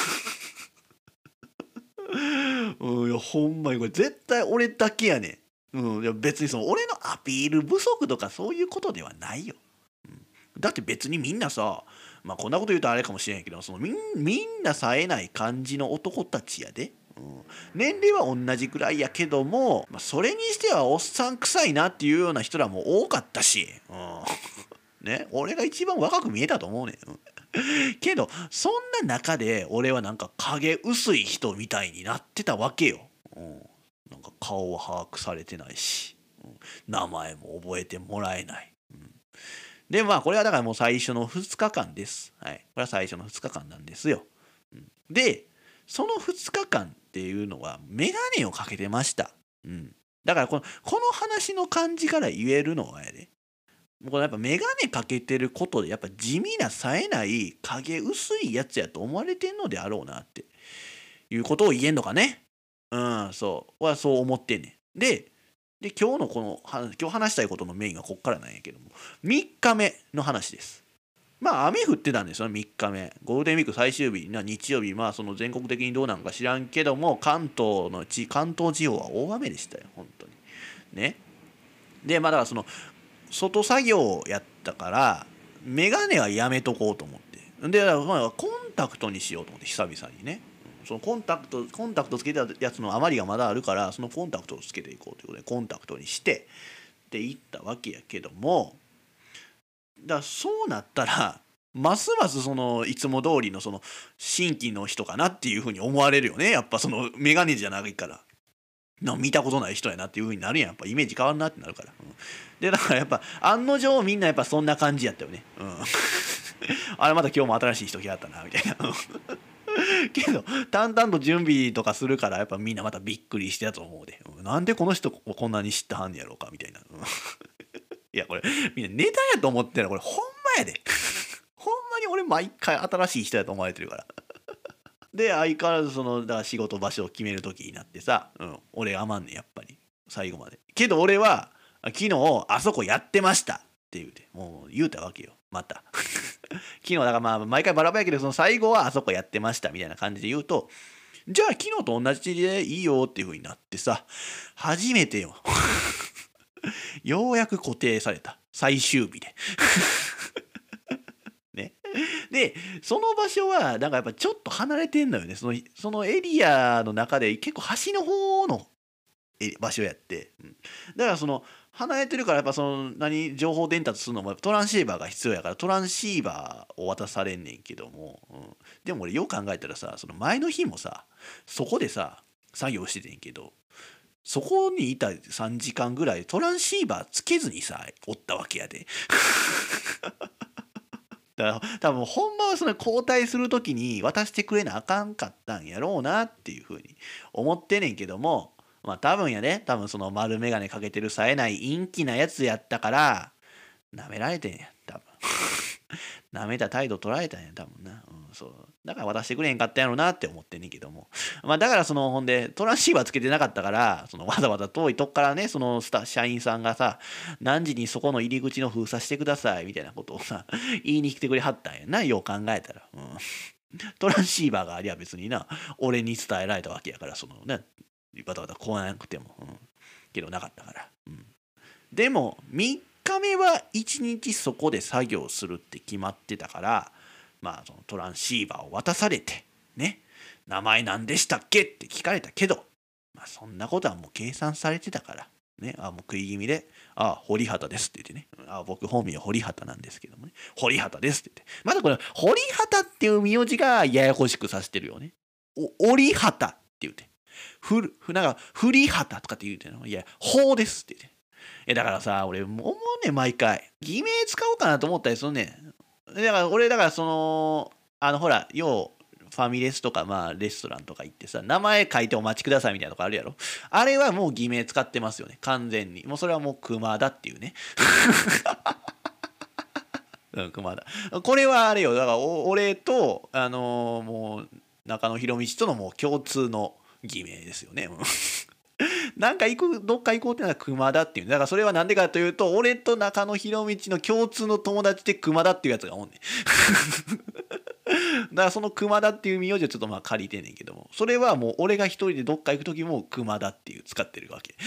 うん、いやほんまにこれ絶対俺だけやねん。うん、いや別にその俺のアピール不足とかそういうことではないよ。うん、だって別にみんなさ、まあこんなこと言うとあれかもしれんけど、そのみんみんな冴えない感じの男たちやで。うん、年齢は同じくらいやけども、まあ、それにしてはおっさん臭いなっていうような人らも多かったし、うんね、俺が一番若く見えたと思うねん。うんけどそんな中で俺はなんか影薄い人みたいになってたわけよ。うん、なんか顔は把握されてないし、うん、名前も覚えてもらえない。うん、でまあこれはだからもう最初のふつかかんです。はい、これは最初のふつかかんなんですよ。うん、でそのふつかかんっていうのはメガネをかけてました。うん、だからこのこの話の感じから言えるのはやで、もうこれやっぱ眼鏡かけてることでやっぱ地味な冴えない影薄いやつやと思われてんのであろうなっていうことを言えんのかね。うんそうはそう思ってんねん。でで今日のこのは今日話したいことのメインはこっからなんやけども、みっかめの話です。まあ雨降ってたんですよみっかめ、ゴールデンウィーク最終日な日曜日、まあその全国的にどうなんか知らんけども関東の地関東地方は大雨でしたよ本当にね。でまあだからその外作業やったからメガネはやめとこうと思って、で、まあ、コンタクトにしようと思って久々にね、そのコンタクトコンタクトつけてたやつの余りがまだあるからそのコンタクトをつけていこうということでコンタクトにしてで行ったわけやけども、だからそうなったらますますそのいつも通りのその新規の人かなっていうふうに思われるよね。やっぱそのメガネじゃないからな見たことない人やなっていう風になるやん。やっぱイメージ変わるなってなるから、うん、でだからやっぱ案の定みんなやっぱそんな感じやったよね、うん、あれまた今日も新しい人来はったなみたいなけど淡々と準備とかするからやっぱみんなまたびっくりしてたと思うで、うん、なんでこの人こんなに知ってはんねやろうかみたいな、うん、いやこれみんなネタやと思ってたらこれほんまやでほんまに俺毎回新しい人やと思われてるからで相変わらずそのだから仕事場所を決める時になってさ、うん、俺余んねんやっぱり最後まで。けど俺は昨日あそこやってましたって言うてもう言うたわけよまた昨日だからまあ毎回バラバラやけどその最後はあそこやってましたみたいな感じで言うと、じゃあ昨日と同じでいいよっていう風になってさ、初めてよようやく固定された最終日でね。でその場所はなんかやっぱちょっと離れてんのよね。そのそのエリアの中で結構端の方のえ場所やって、うん、だからその離れてるからやっぱその何情報伝達するのもトランシーバーが必要やからトランシーバーを渡されんねんけども、うん、でも俺よく考えたらさその前の日もさそこでさ作業しててんけど、そこにいたさんじかんぐらいトランシーバーつけずにさおったわけやでだから多分ほんまはその交代する時に渡してくれなあかんかったんやろうなっていうふうに思ってんねんけども、まあ多分やね、多分その丸眼鏡かけてる冴えない陰気なやつやったから舐められてんや多分舐めた態度取られたんや多分な、うん、そうだから渡してくれへんかったんやろうなって思ってんねんけども、まあだからそのほんでトランシーバーつけてなかったからそのわざわざ遠いとこからねそのスタ社員さんがさ何時にそこの入り口の封鎖してくださいみたいなことをさ言いに来てくれはったんやな、よう考えたら、うん、トランシーバーがありゃ別にな俺に伝えられたわけやからそのねバタバタ来なくても、うん、けどなかったから、うん、でもみっかめはいちにちそこで作業するって決まってたから、まあそのトランシーバーを渡されてね、名前何でしたっけって聞かれたけど、まあそんなことはもう計算されてたからね、あもう食い気味で「あ堀畑です」って言ってね「あ僕本名堀畑なんですけどもね堀畑です」って言ってまだこれ堀畑っていう名字がややこしくさせてるよね。お織畑って言ってふるふなんか振畑とかって言うてんのいや法ですって言ってえだからさ俺思うね毎回偽名使おうかなと思ったりするねん。だから俺だからそのあのほらようファミレスとかまあレストランとか行ってさ名前書いてお待ちくださいみたいなとこあるやろ。あれはもう偽名使ってますよね完全に。もうそれはもう熊田っていうねうん熊田これはあれよだからお俺とあのーもう中野博道とのもう共通の偽名ですよね。うんなんか行くどっか行こうってのは熊田っていうだからそれはなんでかというと俺と中野博道の共通の友達で熊田っていうやつがおんねんだからその熊田っていう名字をちょっとまあ借りてんねんけどもそれはもう俺が一人でどっか行く時も熊田っていう使ってるわけ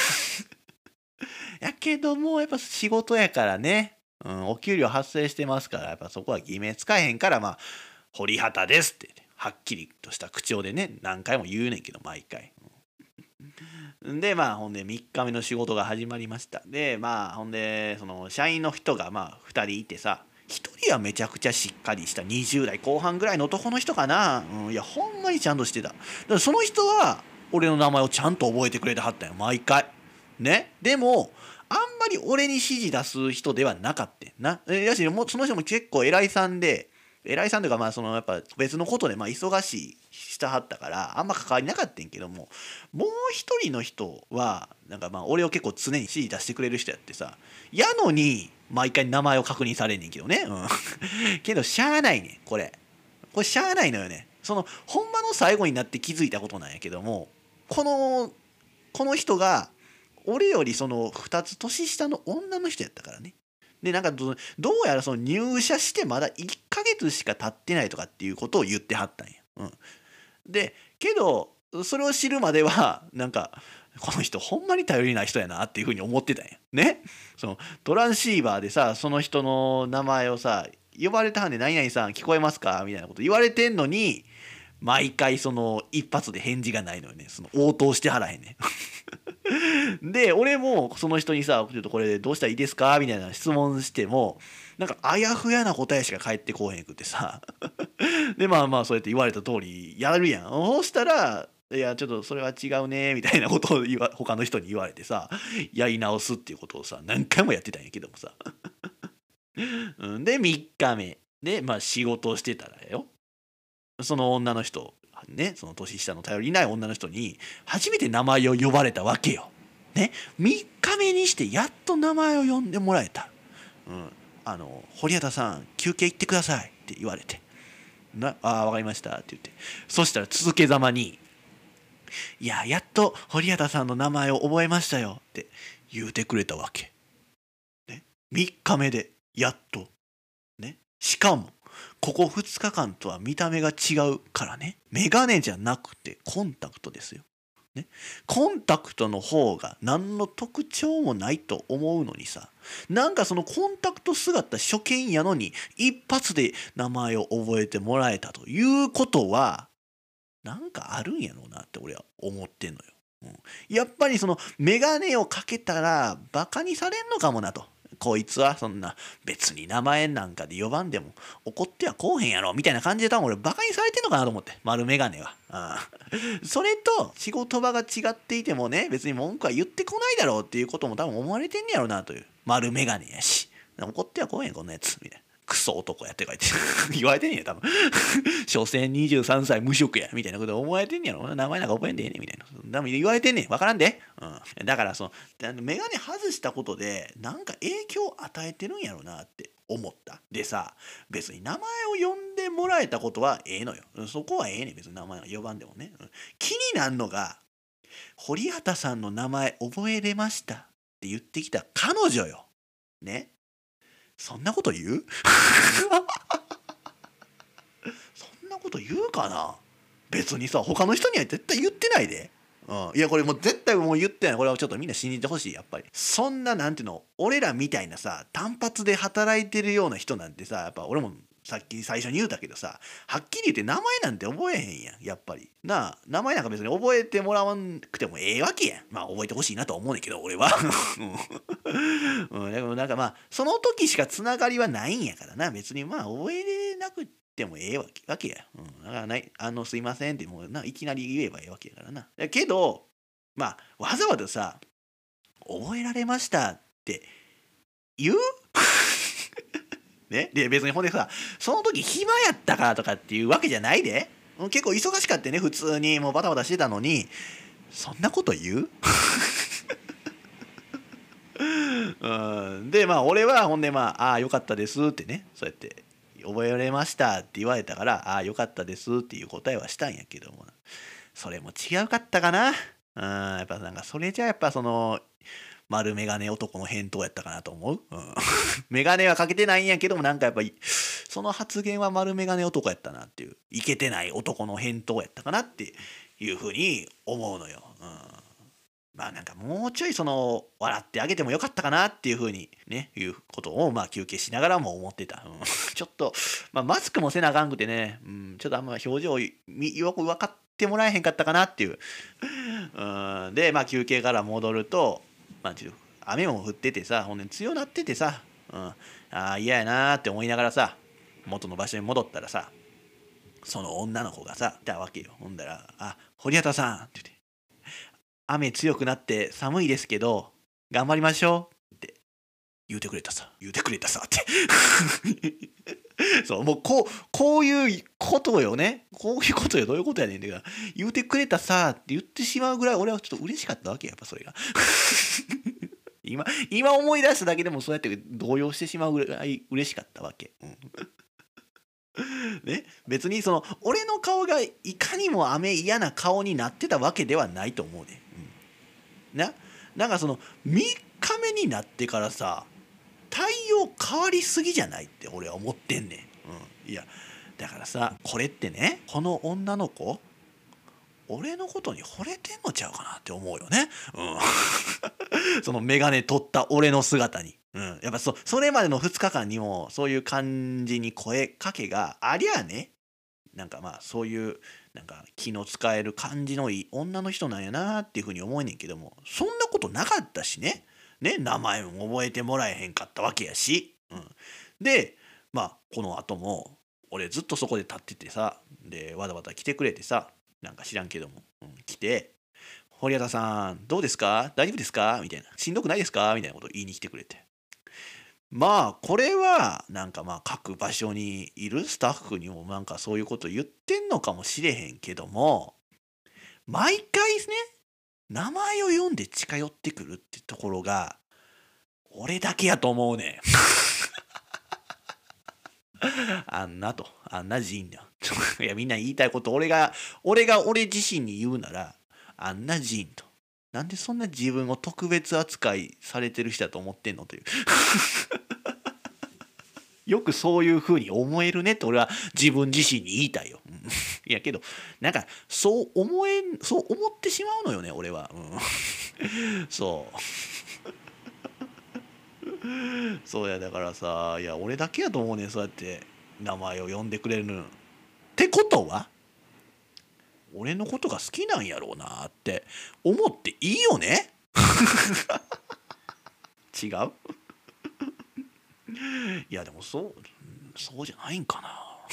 やけどもやっぱ仕事やからね、うん、お給料発生してますからやっぱそこは偽名使えへんからまあ堀畑ですってはっきりとした口調でね何回も言うねんけど毎回。でまあほんでみっかめの仕事が始まりました。でまあほんでその社員の人がまあふたりいてさひとりはめちゃくちゃしっかりしたにじゅう代後半ぐらいの男の人かな、うん、いやほんまにちゃんとしてた。だからその人は俺の名前をちゃんと覚えてくれてはったんよ毎回ね。でもあんまり俺に指示出す人ではなかったんな。えやしもうその人も結構偉いさんで偉いさんというかまあそのやっぱ別のことでまあ忙しいしたはったからあんま関わりなかったんけどももう一人の人はなんかまあ俺を結構常に指示出してくれる人やってさやのに毎回名前を確認されんねんけどね、うん、けどしゃあないねんこれこれしゃあないのよね。そのほんまの最後になって気づいたことなんやけどもこのこの人が俺よりそのふたつ年下の女の人やったからね。でなんかどどうやらその入社してまだいっかげつしか経ってないとかっていうことを言ってはったんや。うん、でけどそれを知るまではなんかこの人ほんまに頼りない人やなっていうふうに思ってたんや。ねそのトランシーバーでさその人の名前をさ呼ばれたはんで何々さん聞こえますかみたいなこと言われてんのに毎回その一発で返事がないのよね。その応答してはらへんねで俺もその人にさ「ちょっとこれどうしたらいいですか?」みたいな質問してもなんかあやふやな答えしか返ってこへんくってさでまあまあそうやって言われた通りやるやん。そうしたら「いやちょっとそれは違うね」みたいなことを言わ他の人に言われてさやり直すっていうことをさ何回もやってたんやけどもさうん、でみっかめでまあ仕事をしてたらよその女の人ねその年下の頼りない女の人に初めて名前を呼ばれたわけよ。ねみっかめにしてやっと名前を呼んでもらえた。うん、あの堀畑さん休憩行ってくださいって言われてなああ分かりましたって言ってそしたら続けざまにいややっと堀畑さんの名前を覚えましたよって言うてくれたわけ。ねみっかめでやっとねしかもここふつかかんとは見た目が違うからねメガネじゃなくてコンタクトですよ。ね、コンタクトの方が何の特徴もないと思うのにさなんかそのコンタクト姿初見やのに一発で名前を覚えてもらえたということはなんかあるんやろうなって俺は思ってんのよ。うん、やっぱりそのメガネをかけたらバカにされんのかもなと。こいつはそんな別に名前なんかで呼ばんでも怒ってはこうへんやろみたいな感じで多分俺バカにされてんのかなと思って丸メガネは。ああそれと仕事場が違っていてもね別に文句は言ってこないだろうっていうことも多分思われてんねやろうなという丸メガネやし怒ってはこうへんこんなやつみたいな。クソ男やって書いて言われてんねや多分所詮にじゅうさんさい無職やみたいなこと思われてんねやろ名前なんか覚えんでええねんみたいな多分言われてんねん分からんで、うん、だからそのメガネ外したことでなんか影響を与えてるんやろなって思ったでさ別に名前を呼んでもらえたことはええのよそこはええねん別に名前は呼ばんでもね、うん、気になるのが堀畑さんの名前覚えれましたって言ってきた彼女よねそんなこと言うそんなこと言うかな別にさ他の人には絶対言ってないで、うん、いやこれもう絶対もう言ってないこれはちょっとみんな信じてほしいやっぱりそんななんていうの俺らみたいなさ単発で働いてるような人なんてさやっぱ俺もさっき最初に言うたけどさ、はっきり言って名前なんて覚えへんやんやっぱりなあ。名前なんか別に覚えてもらわなくてもええわけやん。まあ覚えてほしいなとは思うねんけど俺はうん、うん、でもなんかまあその時しかつながりはないんやからな、別にまあ覚えれなくてもええわけわけや、うん、だからないあのすいませんってもうないきなり言えばええわけやからな。だけどまあわざわざさ覚えられましたって言うね、で別にほんでさその時暇やったからとかっていうわけじゃないで、結構忙しかってね、普通にもうバタバタしてたのにそんなこと言ううんでまあ俺はほんでまあ「ああよかったです」ってね、そうやって「覚えられました」って言われたから「ああよかったです」っていう答えはしたんやけども、それも違うかったかな。うん、やっぱなんかそれじゃやっぱその丸眼鏡男の返答やったかなと思う。うん、眼鏡はかけてないんやけども、なんかやっぱりその発言は丸眼鏡男やったなっていう、イケてない男の返答やったかなっていうふうに思うのよ。うん、まあなんかもうちょいその笑ってあげてもよかったかなっていうふうにねいうことをまあ休憩しながらも思ってた。うん、ちょっと、まあ、マスクもせなあかんくてね、うん、ちょっとあんま表情よく分かってもらえへんかったかなっていう。うん、でまあ休憩から戻ると、まあ、ちょっと雨も降っててさ、ほんで強なっててさ、うん、ああ嫌やなーって思いながらさ元の場所に戻ったらさ、その女の子がさいたわけよ。ほんだら「あ堀畑さん」って言って「雨強くなって寒いですけど頑張りましょう」って言うてくれたさ言うてくれたさってそうもうこうこういうことよね、こういうことよ、どういうことやねんってか言うてくれたさって言ってしまうぐらい俺はちょっと嬉しかったわけや、やっぱそれが今今思い出しただけでもそうやって動揺してしまうぐらい嬉しかったわけ、うんね、別にその俺の顔がいかにも雨嫌な顔になってたわけではないと思うね、うん、ななんかそのみっかめになってからさ対応変わりすぎじゃないって俺は思ってんねん、うん、いやだからさこれってね、この女の子俺のことに惚れてんのちゃうかなって思うよね、うん、その眼鏡取った俺の姿に、うん、やっぱ そ, それまでのふつかかんにもそういう感じに声かけがありゃね、なんかまあそういうなんか気の使える感じのいい女の人なんやなっていうふうに思えねんけども、そんなことなかったしね、ね名前も覚えてもらえへんかったわけやし、うん、でまあこの後も俺ずっとそこで立っててさ、でわざわざ来てくれてさ、なんか知らんけども、うん、来て「堀畑さんどうですか、大丈夫ですか」みたいな「しんどくないですか」みたいなことを言いに来てくれて、まあこれはなんかまあ各場所にいるスタッフにもなんかそういうこと言ってんのかもしれへんけども、毎回ね名前を読んで近寄ってくるってところが俺だけやと思うねんあんなとあんな人だいやみんな言いたいこと俺が俺が俺自身に言うならあんな人と、なんでそんな自分を特別扱いされてる人だと思ってんのというよくそういう風に思えるねって俺は自分自身に言いたいよ。いやけどなんかそう思えんそう思ってしまうのよね俺は、うん、そうそうやだからさ、いや俺だけやと思うねん、そうやって名前を呼んでくれるのってことは俺のことが好きなんやろうなって思っていいよね違ういやでもそうそうじゃないんかな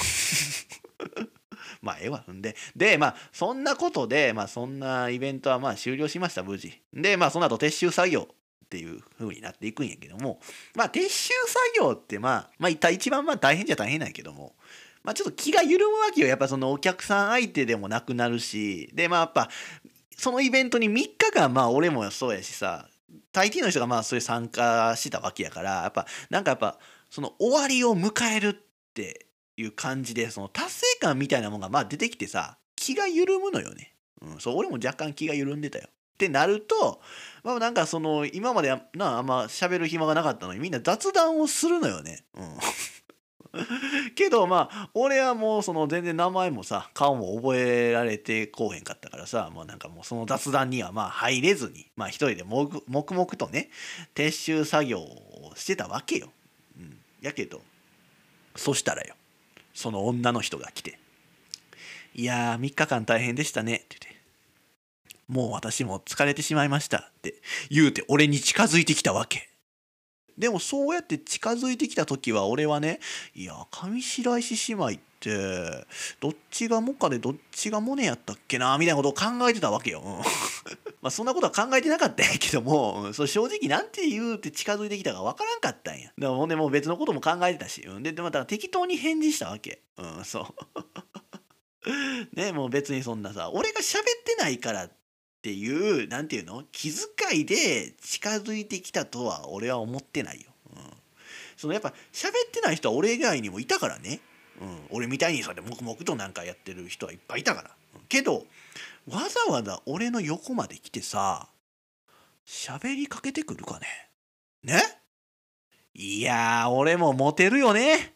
まあええわ。んででまあそんなことでまあそんなイベントはまあ終了しました無事で、まあその後撤収作業っていう風になっていくんやけども、まあ撤収作業ってまあまあ一番まあ大変じゃ大変なんやけども、まあちょっと気が緩むわけよ、やっぱそのお客さん相手でもなくなるし、でまあやっぱそのイベントにみっかかんまあ俺もそうやしさ大抵の人がまあそれ参加したわけやから、やっぱなんかやっぱその終わりを迎えるっていう感じでその達成感みたいなものがまあ出てきてさ気が緩むのよね、うん、そう俺も若干気が緩んでたよってなると、まあなんかその今までなあんま喋る暇がなかったのにみんな雑談をするのよね、うんけどまあ俺はもうその全然名前もさ顔も覚えられてこうへんかったからさ、もうなんかもうその雑談にはまあ入れずにまあ一人で黙々とね撤収作業をしてたわけよ、うん、やけどそしたらよその女の人が来て、いやーみっかかん大変でしたねって言って、もう私も疲れてしまいましたって言うて俺に近づいてきたわけ。でもそうやって近づいてきた時は俺はね、いや上白石姉妹ってどっちがモカでどっちがモネやったっけなみたいなことを考えてたわけよ。うん、まあそんなことは考えてなかったんやけども、うん、そう正直なんて言うて近づいてきたかわからんかったんや。だからほんでもう別のことも考えてたし、うん、ででまた適当に返事したわけ。うん、そうね、もう別にそんなさ俺が喋ってないからっていうなんていうの気遣いで近づいてきたとは俺は思ってないよ。うん、そのやっぱ喋ってない人は俺以外にもいたからね。うん、俺みたいにそれ黙々となんかやってる人はいっぱいいたから。うん、けどわざわざ俺の横まで来てさ喋りかけてくるかね。ね、いやー俺もモテるよね。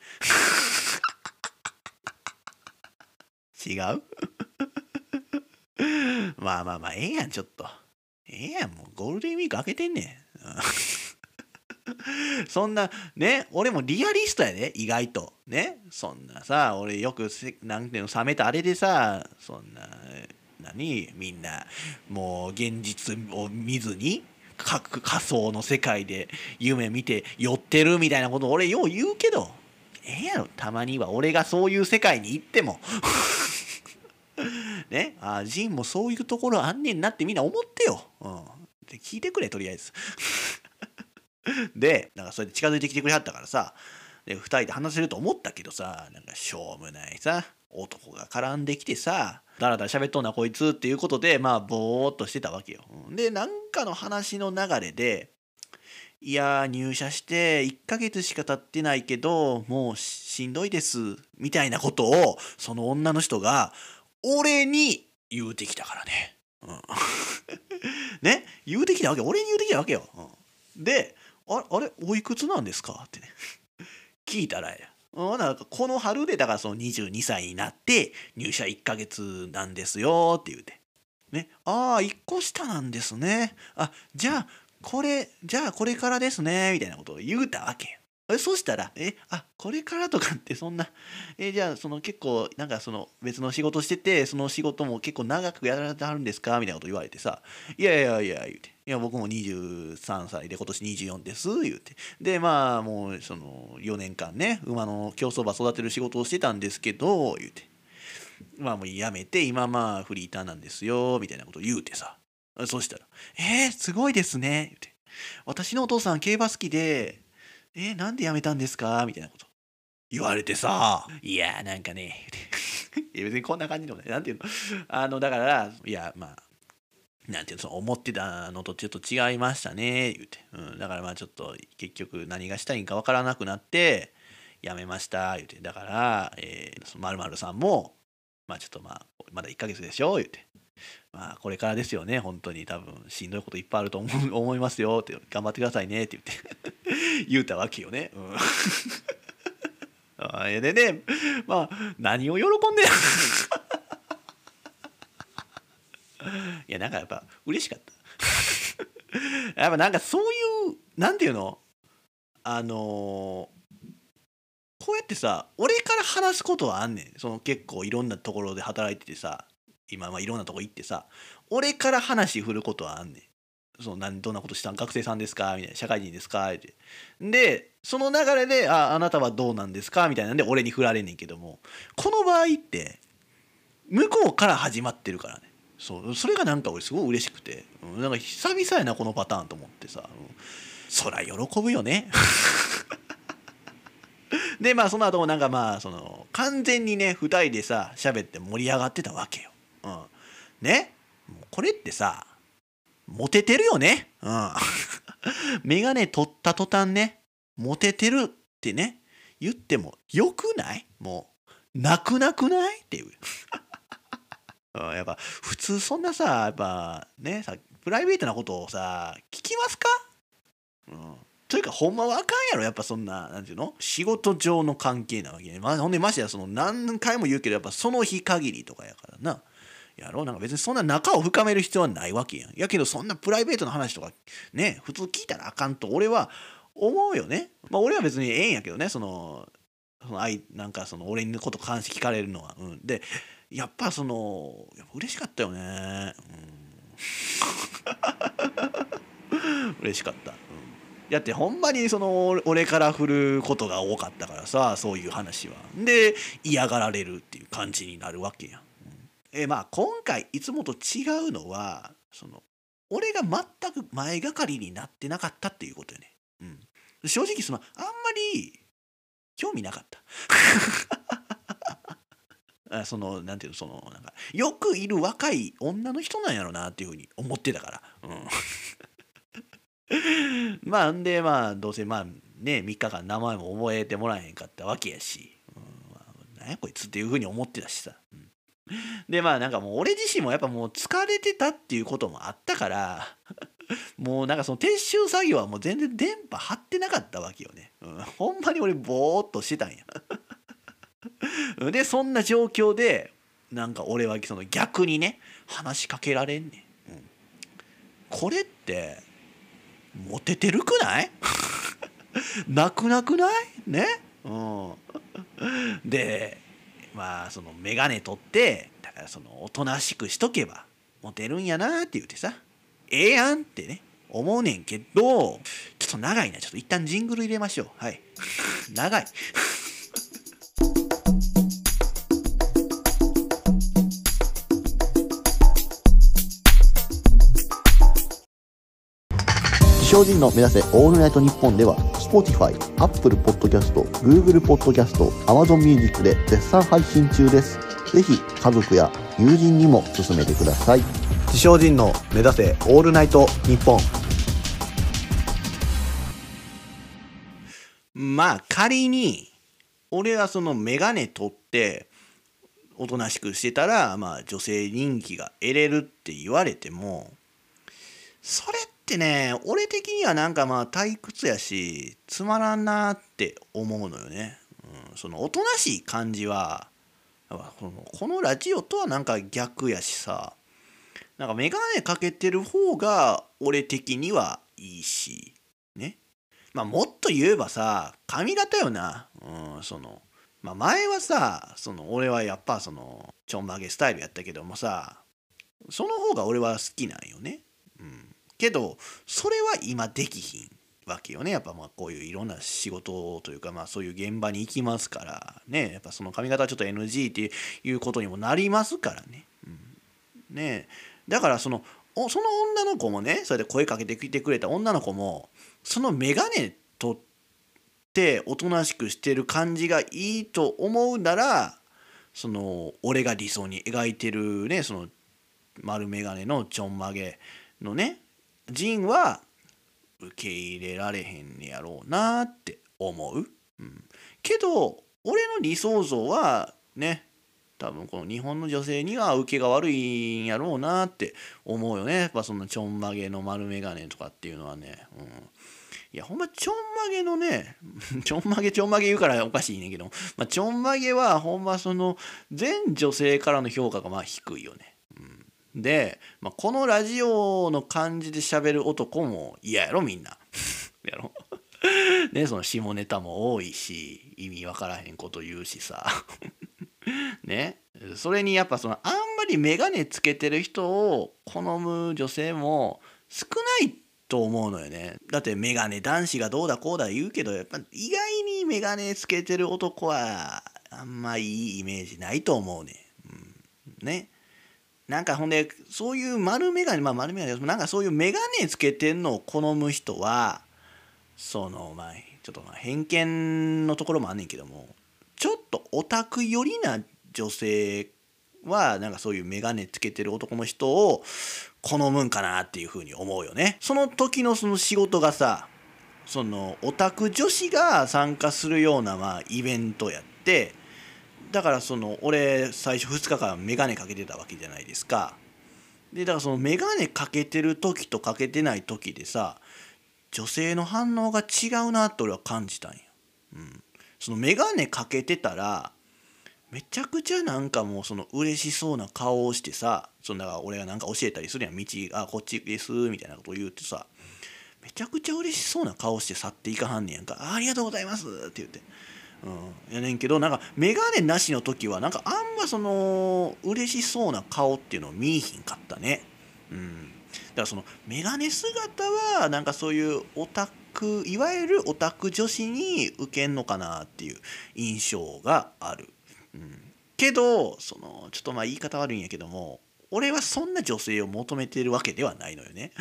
違う。まあまあまあ、ええやん、ちょっと。ええやん、もうゴールデンウィーク明けてんねん。そんな、ね、俺もリアリストやで、意外と。ね、そんなさ、俺よくせ、なんていうの、冷めたあれでさ、そんな、何みんな、もう現実を見ずに、各仮想の世界で夢見て寄ってるみたいなこと俺よう言うけど、ええやろ、たまには俺がそういう世界に行っても。ね、ああジンもそういうところあんねんなってみんな思ってよ。うん、で聞いてくれとりあえず。でなんかそれで近づいてきてくれはったからさ、でふたりで話せると思ったけどさ、なんかしょうもないさ男が絡んできてさ、だらだら喋っとんなこいつっていうことでまあぼーっとしてたわけよ。でなんかの話の流れで、いやー入社していっかげつしか経ってないけどもうしんどいですみたいなことをその女の人が俺に言うてきたからね。うん、ね言うてきたわけ、俺に言うてきたわけよ。うん、であれ、あれおいくつなんですかってね聞いたらや、うん、なんかこの春でだからそのにじゅうにさいになって入社いっかげつなんですよって言うて、ね、ああいっこ下なんですね、あじゃあこれじゃあこれからですねみたいなことを言うたわけよ。えそしたら「えあこれからとかってそんなえじゃあその結構なんかその別の仕事しててその仕事も結構長くやられてはるんですか?」みたいなこと言われてさ「いやいやいや」言うて「いや僕もにじゅうさんさいで今年にじゅうよんです」言うて、でまあもうそのよねんかんね馬の競走馬育てる仕事をしてたんですけど言うて、まあもう辞めて今まあフリーターなんですよみたいなことを言うてさ、そしたら「えー、すごいですね」言うて「私のお父さん競馬好きでえー、なんで辞めたんですか?」みたいなこと言われてさ、いやーなんかねいや別にこんな感じでもない、なんていうのあのだからいやまあなんていうのその思ってたのとちょっと違いましたね言うて、うん、だからまあちょっと結局何がしたいんかわからなくなって辞めました言うて、だからえー、その〇〇さんもまあちょっとまあまだいっかげつでしょ言うて、まあこれからですよね本当に多分しんどいこといっぱいあると思う思いますよって頑張ってくださいねって言って言うたわけよね。うん、あでねまあ何を喜んでんいやなんかやっぱ嬉しかった。やっぱなんかそういうなんていうのあのーこうやってさ俺から話すことはあんねん、その結構いろんなところで働いててさ今まあいろんなとこ行ってさ俺から話振ることはあんねん。その何どんなことしたん学生さんですかみたいな社会人ですかってでその流れでああなたはどうなんですかみたいなんで俺に振られんねんけども、この場合って向こうから始まってるからね。そうそれがなんか俺すごい嬉しくて、うん、なんか久々やなこのパターンと思ってさ、うん、そりゃ喜ぶよね。でまあその後もなんかまあその完全にねふたりでさ喋って盛り上がってたわけよ。うん、ねもうこれってさモテてるよね。うん、メガネ取った途端ねモテてるってね言ってもよくない？もうなくなくないっていう。うん、やっぱ普通そんなさやっぱねさプライベートなことをさ聞きますか？うん、というかほんまはあかんやろやっぱそんななんていうの仕事上の関係なわけね、まあ、ほんでましてやその何回も言うけどやっぱその日限りとかやからなやろ、なんか別にそんな仲を深める必要はないわけやん。やけどそんなプライベートな話とかね普通聞いたらあかんと俺は思うよね。まあ俺は別にええんやけどね、そのその愛なんかその俺のこと話聞かれるのは、うん、でやっぱそのやっぱ嬉しかったよね、うん、嬉しかった、うん、だってほんまにその俺から振ることが多かったからさ、そういう話はで嫌がられるっていう感じになるわけやん、うん、えまあ今回いつもと違うのはその俺が全く前がかりになってなかったっていうことよね、うん、正直そのあんまり興味なかったあそのなんていうのそのなんかよくいる若い女の人なんやろなっていうふうに思ってたから、うん、まあんでまあどうせまあねみっかかん名前も覚えてもらえへんかったわけやし、うんまあ、何やこいつっていうふうに思ってたしさ、うん、でまあなんかもう俺自身もやっぱもう疲れてたっていうこともあったからもうなんかその撤収作業はもう全然電波張ってなかったわけよね、うん、ほんまに俺ボーっとしてたんやでそんな状況でなんか俺はその逆にね話しかけられんねん、うん、これってモテてるくないなくなくないね、うん、でまあその眼鏡取ってだからそのおとなしくしとけばモテるんやなって言ってさええやんってね思うねんけどちょっと長いなちょっと一旦ジングル入れましょうはい長い自称人の目指せオールナイトニッポンでは Spotify、Apple Podcast、Google Podcast、Amazon Music で絶賛配信中です。ぜひ家族や友人にも勧めてください。 自称人の目指せオールナイトニッポン。まあ仮に俺はそのメガネ取っておとなしくしてたらまあ女性人気が得れるって言われてもそれってね俺的にはなんかまあ退屈やしつまらんなって思うのよね、うん、そのおとなしい感じはこのこのラジオとはなんか逆やしさなんかメガネかけてる方が俺的にはいいしねまあもっと言えばさ髪型よな、うん、そのまあ前はさその俺はやっぱそのちょんまげスタイルやったけどもさその方が俺は好きなんよね、うん、けどそれは今できひんわけよねやっぱまあこういういろんな仕事というかまあそういう現場に行きますからねやっぱその髪型はちょっと エヌジー っていうことにもなりますからね、うん、ねだからそのおその女の子もねそれで声かけてきてくれた女の子もその眼鏡取っておとなしくしてる感じがいいと思うならその俺が理想に描いてるねその丸眼鏡のちょんまげのね人は受け入れられへんやろうなって思う、うん、けど俺の理想像はね多分この日本の女性には受けが悪いんやろうなって思うよねやっぱそのちょんまげの丸眼鏡とかっていうのはね、うん、いやほんまちょんまげのねちょんまげちょんまげ言うからおかしいねんけど、まあ、ちょんまげはほんまその全女性からの評価がまあ低いよね、うん、で、まあ、このラジオの感じで喋る男も嫌やろみんなやろねその下ネタも多いし意味わからへんこと言うしさねそれにやっぱそのあんまり眼鏡つけてる人を好む女性も少ないと思うのよねだって眼鏡男子がどうだこうだ言うけどやっぱ意外に眼鏡つけてる男はあんまいいイメージないと思うね、うん、ねなんかほんでそういう丸眼鏡まあ丸眼鏡なんかそういう眼鏡つけてんのを好む人はそのまあちょっとまあ偏見のところもあんねんけどもちょっとオタク寄りな女性はなんかそういう眼鏡つけてる男の人を好むんかなっていうふうに思うよね。その時のその仕事がさそのオタク女子が参加するようなまあイベントやってだからその俺最初ふつかかん眼鏡かけてたわけじゃないですか。でだからその眼鏡かけてる時とかけてない時でさ女性の反応が違うなって俺は感じたんや。うん、その眼鏡かけてたらめちゃくちゃなんかもうその嬉しそうな顔をしてさそのだから俺がなんか教えたりするやん道あこっちですみたいなことを言うってさめちゃくちゃ嬉しそうな顔して去っていかはんねやんかありがとうございますって言って、 うん、やねんけどなんかメガネなしの時はなんかあんまその嬉しそうな顔っていうのを見いひんかったね。うん、だからそのメガネ姿はなんかそういうオタクいわゆるオタク女子に受けんのかなっていう印象がある。うん、けどそのちょっとまあ言い方悪いんやけども俺はそんな女性を求めてるわけではないのよね。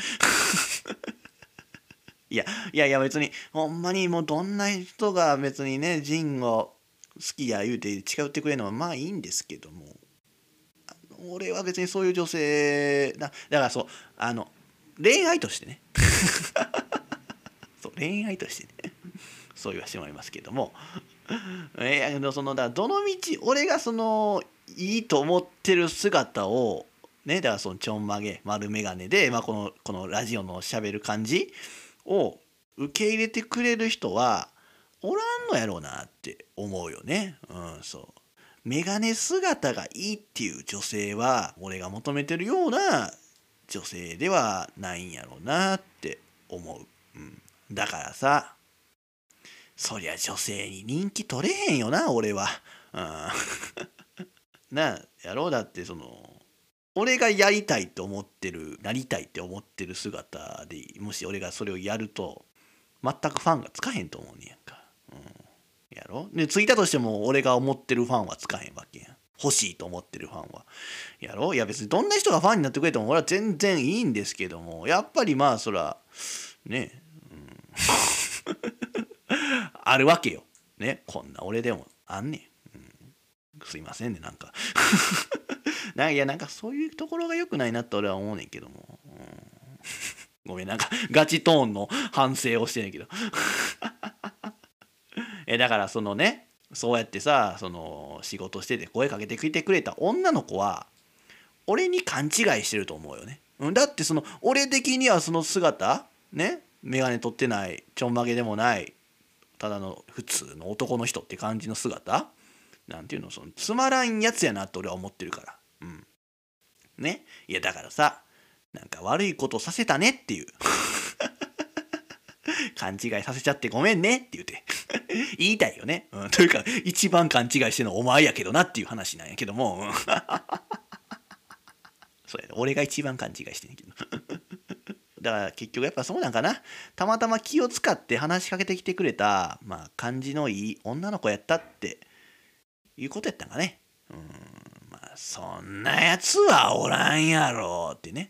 いやいやいや別にほんまにもうどんな人が別にねジンを好きや言うて近寄ってくれるのはまあいいんですけども俺は別にそういう女性だだからそうあの恋愛としてねそう恋愛としてねそう言わせてもらいますけどもえー、そのだどの道俺がそのいいと思ってる姿をねだからそのちょんまげ丸眼鏡で、まあ、このこのラジオのしゃべる感じを受け入れてくれる人はおらんのやろうなって思うよね。うん、そうメガネ姿がいいっていう女性は俺が求めてるような女性ではないんやろうなって思う。うん、だからさそりゃ女性に人気取れへんよな俺は。うん、なやろうだってその俺がやりたいと思ってるなりたいって思ってる姿でもし俺がそれをやると全くファンがつかへんと思うねんやんか、うん、やろでついたとしても俺が思ってるファンはつかへんわけやん欲しいと思ってるファンはやろいや別にどんな人がファンになってくれても俺は全然いいんですけどもやっぱりまあそらね、うん、あるわけよねこんな俺でもあんねん、うん、すいませんねなんかなんかいやなんかそういうところが良くないなって俺は思うねんけども、うん、ごめんなんかガチトーンの反省をしてんねんけどえだからそのねそうやってさその仕事してて声かけてきてくれた女の子は俺に勘違いしてると思うよね。だってその俺的にはその姿ね眼鏡取ってないちょんまげでもないただの普通の男の人って感じの姿なんていうのそのつまらんやつやなって俺は思ってるから。うん。ね。いやだからさなんか悪いことさせたねっていう勘違いさせちゃってごめんねって言うて言いたいよね。うん、というか一番勘違いしてるのはお前やけどなっていう話なんやけども、うん、そうや、ね、俺が一番勘違いしてんねんけどだから結局やっぱそうなんかなたまたま気を使って話しかけてきてくれたまあ感じのいい女の子やったっていうことやったんかね。うんまあそんなやつはおらんやろってね、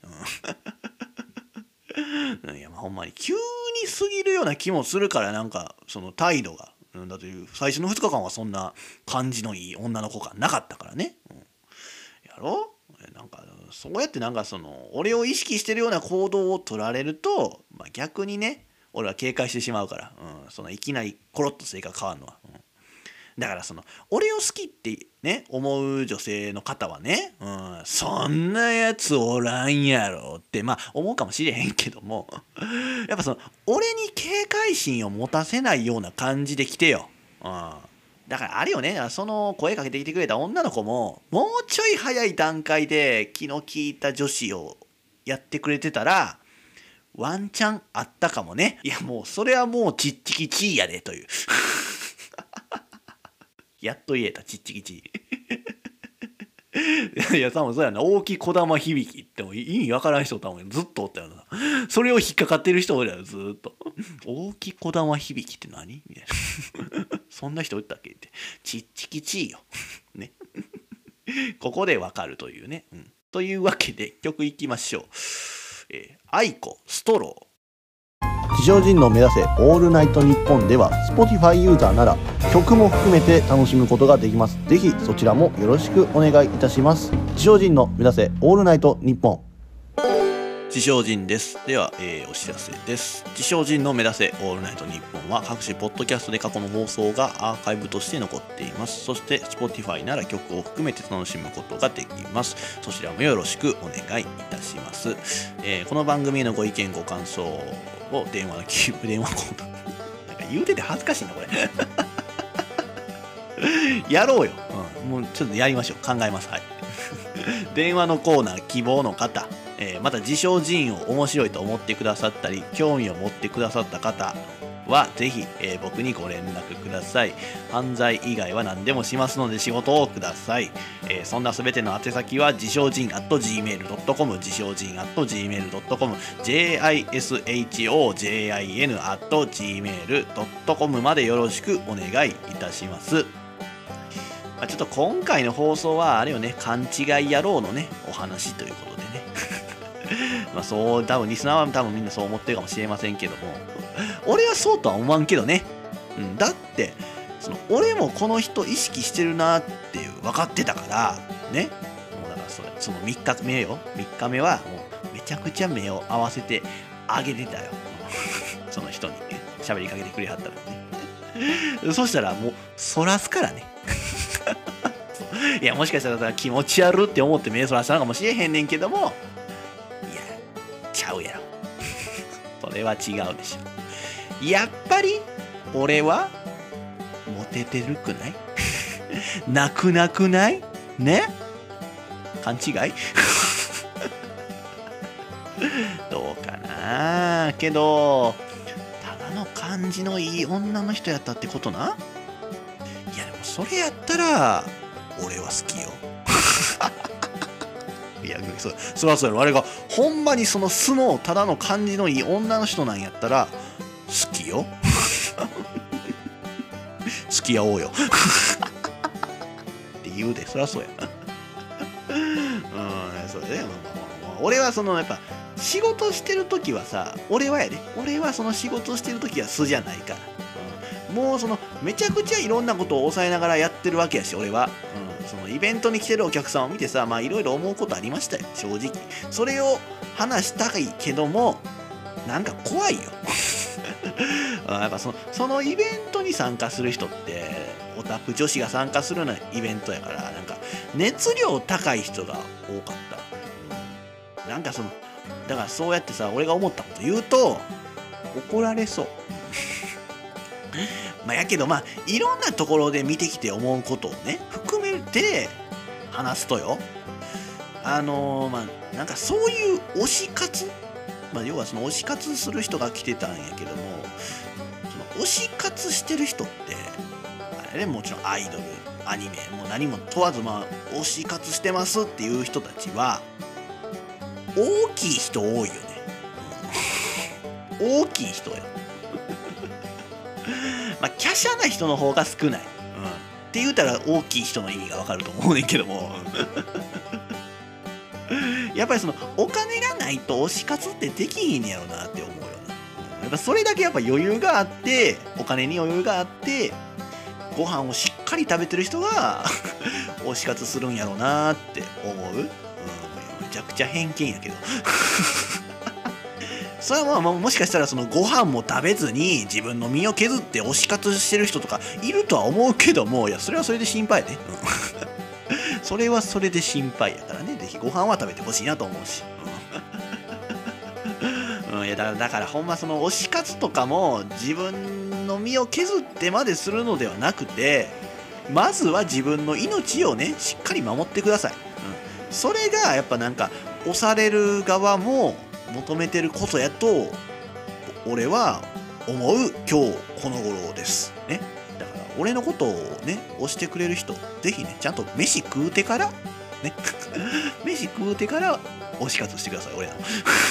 うん、いやまあほんまに急に過ぎるような気もするからなんかその態度が、うん、だって最初のふつかかんはそんな感じのいい女の子感なかったからね、うん、やろなんかそうやってなんかその俺を意識してるような行動を取られると、まあ、逆にね俺は警戒してしまうから、うん、そのいきなりコロッと性格変わるのは、うん、だからその俺を好きってね思う女性の方はね、うん、そんなやつおらんやろってまあ思うかもしれへんけどもやっぱその俺に警戒心を持たせないような感じで来てよ、うん、だからあるよねその声かけてきてくれた女の子ももうちょい早い段階で気の利いた女子をやってくれてたらワンチャンあったかもね。いやもうそれはもうちっちきちーやでというやっと言えたちっちきちいや多分そうやな大木こだま響きっても意味わからん人多分ずっとおったよな。それを引っかかってる人おるやろずっと大木こだま響きって何みたいなそんな人おったっけってちっちきちよねここでわかるというね、うん、というわけで曲いきましょう。えー、アイコストロー地上人の目指せオールナイトニッポンでは Spotify ユーザーなら曲も含めて楽しむことができます。ぜひそちらもよろしくお願いいたします。地上人の目指せオールナイトニッポン。 地上人です。では、えー、お知らせです。地上人の目指せオールナイトニッポンは各種ポッドキャストで過去の放送がアーカイブとして残っています。そして Spotify なら曲を含めて楽しむことができます。そちらもよろしくお願いいたします。えー、この番組へのご意見ご感想を電話のキューブ電話コーナーなんか言うてて恥ずかしいなこれやろうよ、うん、もうちょっとやりましょう。考えます。はい電話のコーナー希望の方、えー、また自称人を面白いと思ってくださったり興味を持ってくださった方はぜひ、えー僕にご連絡ください。犯罪以外は何でもしますので仕事をください。えーそんなすべての宛先は自称人 アットジーメールドットコム 自称人 アットジーメールドットコム ジェイアイエスエイチオージェイアイエヌ アットジーメールドットコム までよろしくお願いいたします。まあ、ちょっと今回の放送はあれよね、勘違い野郎のねお話ということでねまあそう多分リスナーは多分みんなそう思ってるかもしれませんけども、俺はそうとは思わんけどね、うん、だってその俺もこの人意識してるなっていう分かってたからね。もうだからそれそのみっかめよみっかめはもうめちゃくちゃ目を合わせてあげてたよその人にね喋りかけてくれはったらねそしたらもうそらすからねいやもしかしたら気持ち悪って思って目そらしたのかもしれへんねんけども、いやちゃうやろそれは違うでしょ。やっぱり俺はモテてるくないなくなくないね、勘違いどうかな。けどただの感じのいい女の人やったってことな。いやでもそれやったら俺は好きよいやそそりゃそうやろ。あれがほんまにその素のただの感じのいい女の人なんやったら好きよ付き合おうよって言うで、そりゃそうやうんそうで、ね、俺はそのやっぱ仕事してる時はさ、俺はやで俺はその仕事してる時は素じゃないから、うん、もうそのめちゃくちゃいろんなことを抑えながらやってるわけやし俺は、うん、そのイベントに来てるお客さんを見てさ、まあいろいろ思うことありましたよ正直。それを話したいけどもなんか怖いよやっぱそのそのイベントに参加する人ってオタク女子が参加するようなイベントやから、なんか熱量高い人が多かった、うん、なんかそのだからそうやってさ俺が思ったこと言うと怒られそうまあやけどまあいろんなところで見てきて思うことをね含めて話すとよ、あのー、まあなんかそういう推し活、まあ、要はその推し活する人が来てたんやけども、その推し活してる人ってあれね、もちろんアイドルアニメもう何も問わずまあ推し活してますっていう人たちは大きい人多いよね、うん、大きい人よまあ華奢な人の方が少ない、うん、って言うたら大きい人の意味がわかると思うねんけどもやっぱりそのお金がないと推し活ってできひんねやろなって思うよな、うん、やっぱそれだけやっぱ余裕があってお金に余裕があってご飯をしっかり食べてる人が推し活するんやろうなって思う、うん、めちゃくちゃ偏見やけどそれはまあもしかしたらそのご飯も食べずに自分の身を削って推し活してる人とかいるとは思うけども、いやそれはそれで心配ね、うん、それはそれで心配やからね、ぜひご飯は食べてほしいなと思うし、うんうん、いやだから、だからほんまその推し活とかも自分の身を削ってまでするのではなくて、まずは自分の命をねしっかり守ってください、うん、それがやっぱなんか押される側も求めてることやと俺は思う今日この頃ですね。だから俺のことをね押してくれる人ぜひねちゃんと飯食うてからね飯食うてから推し活してください俺の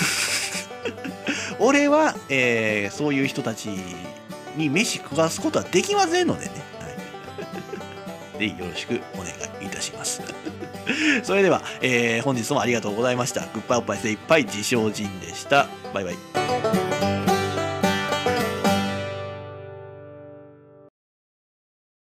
俺は、えー、そういう人たちに飯食わすことはできませんのでね、はい、ぜひよろしくお願いいたしますそれでは、えー、本日もありがとうございました。グッバイおっぱい精いっぱい自称人でした。バイバイ。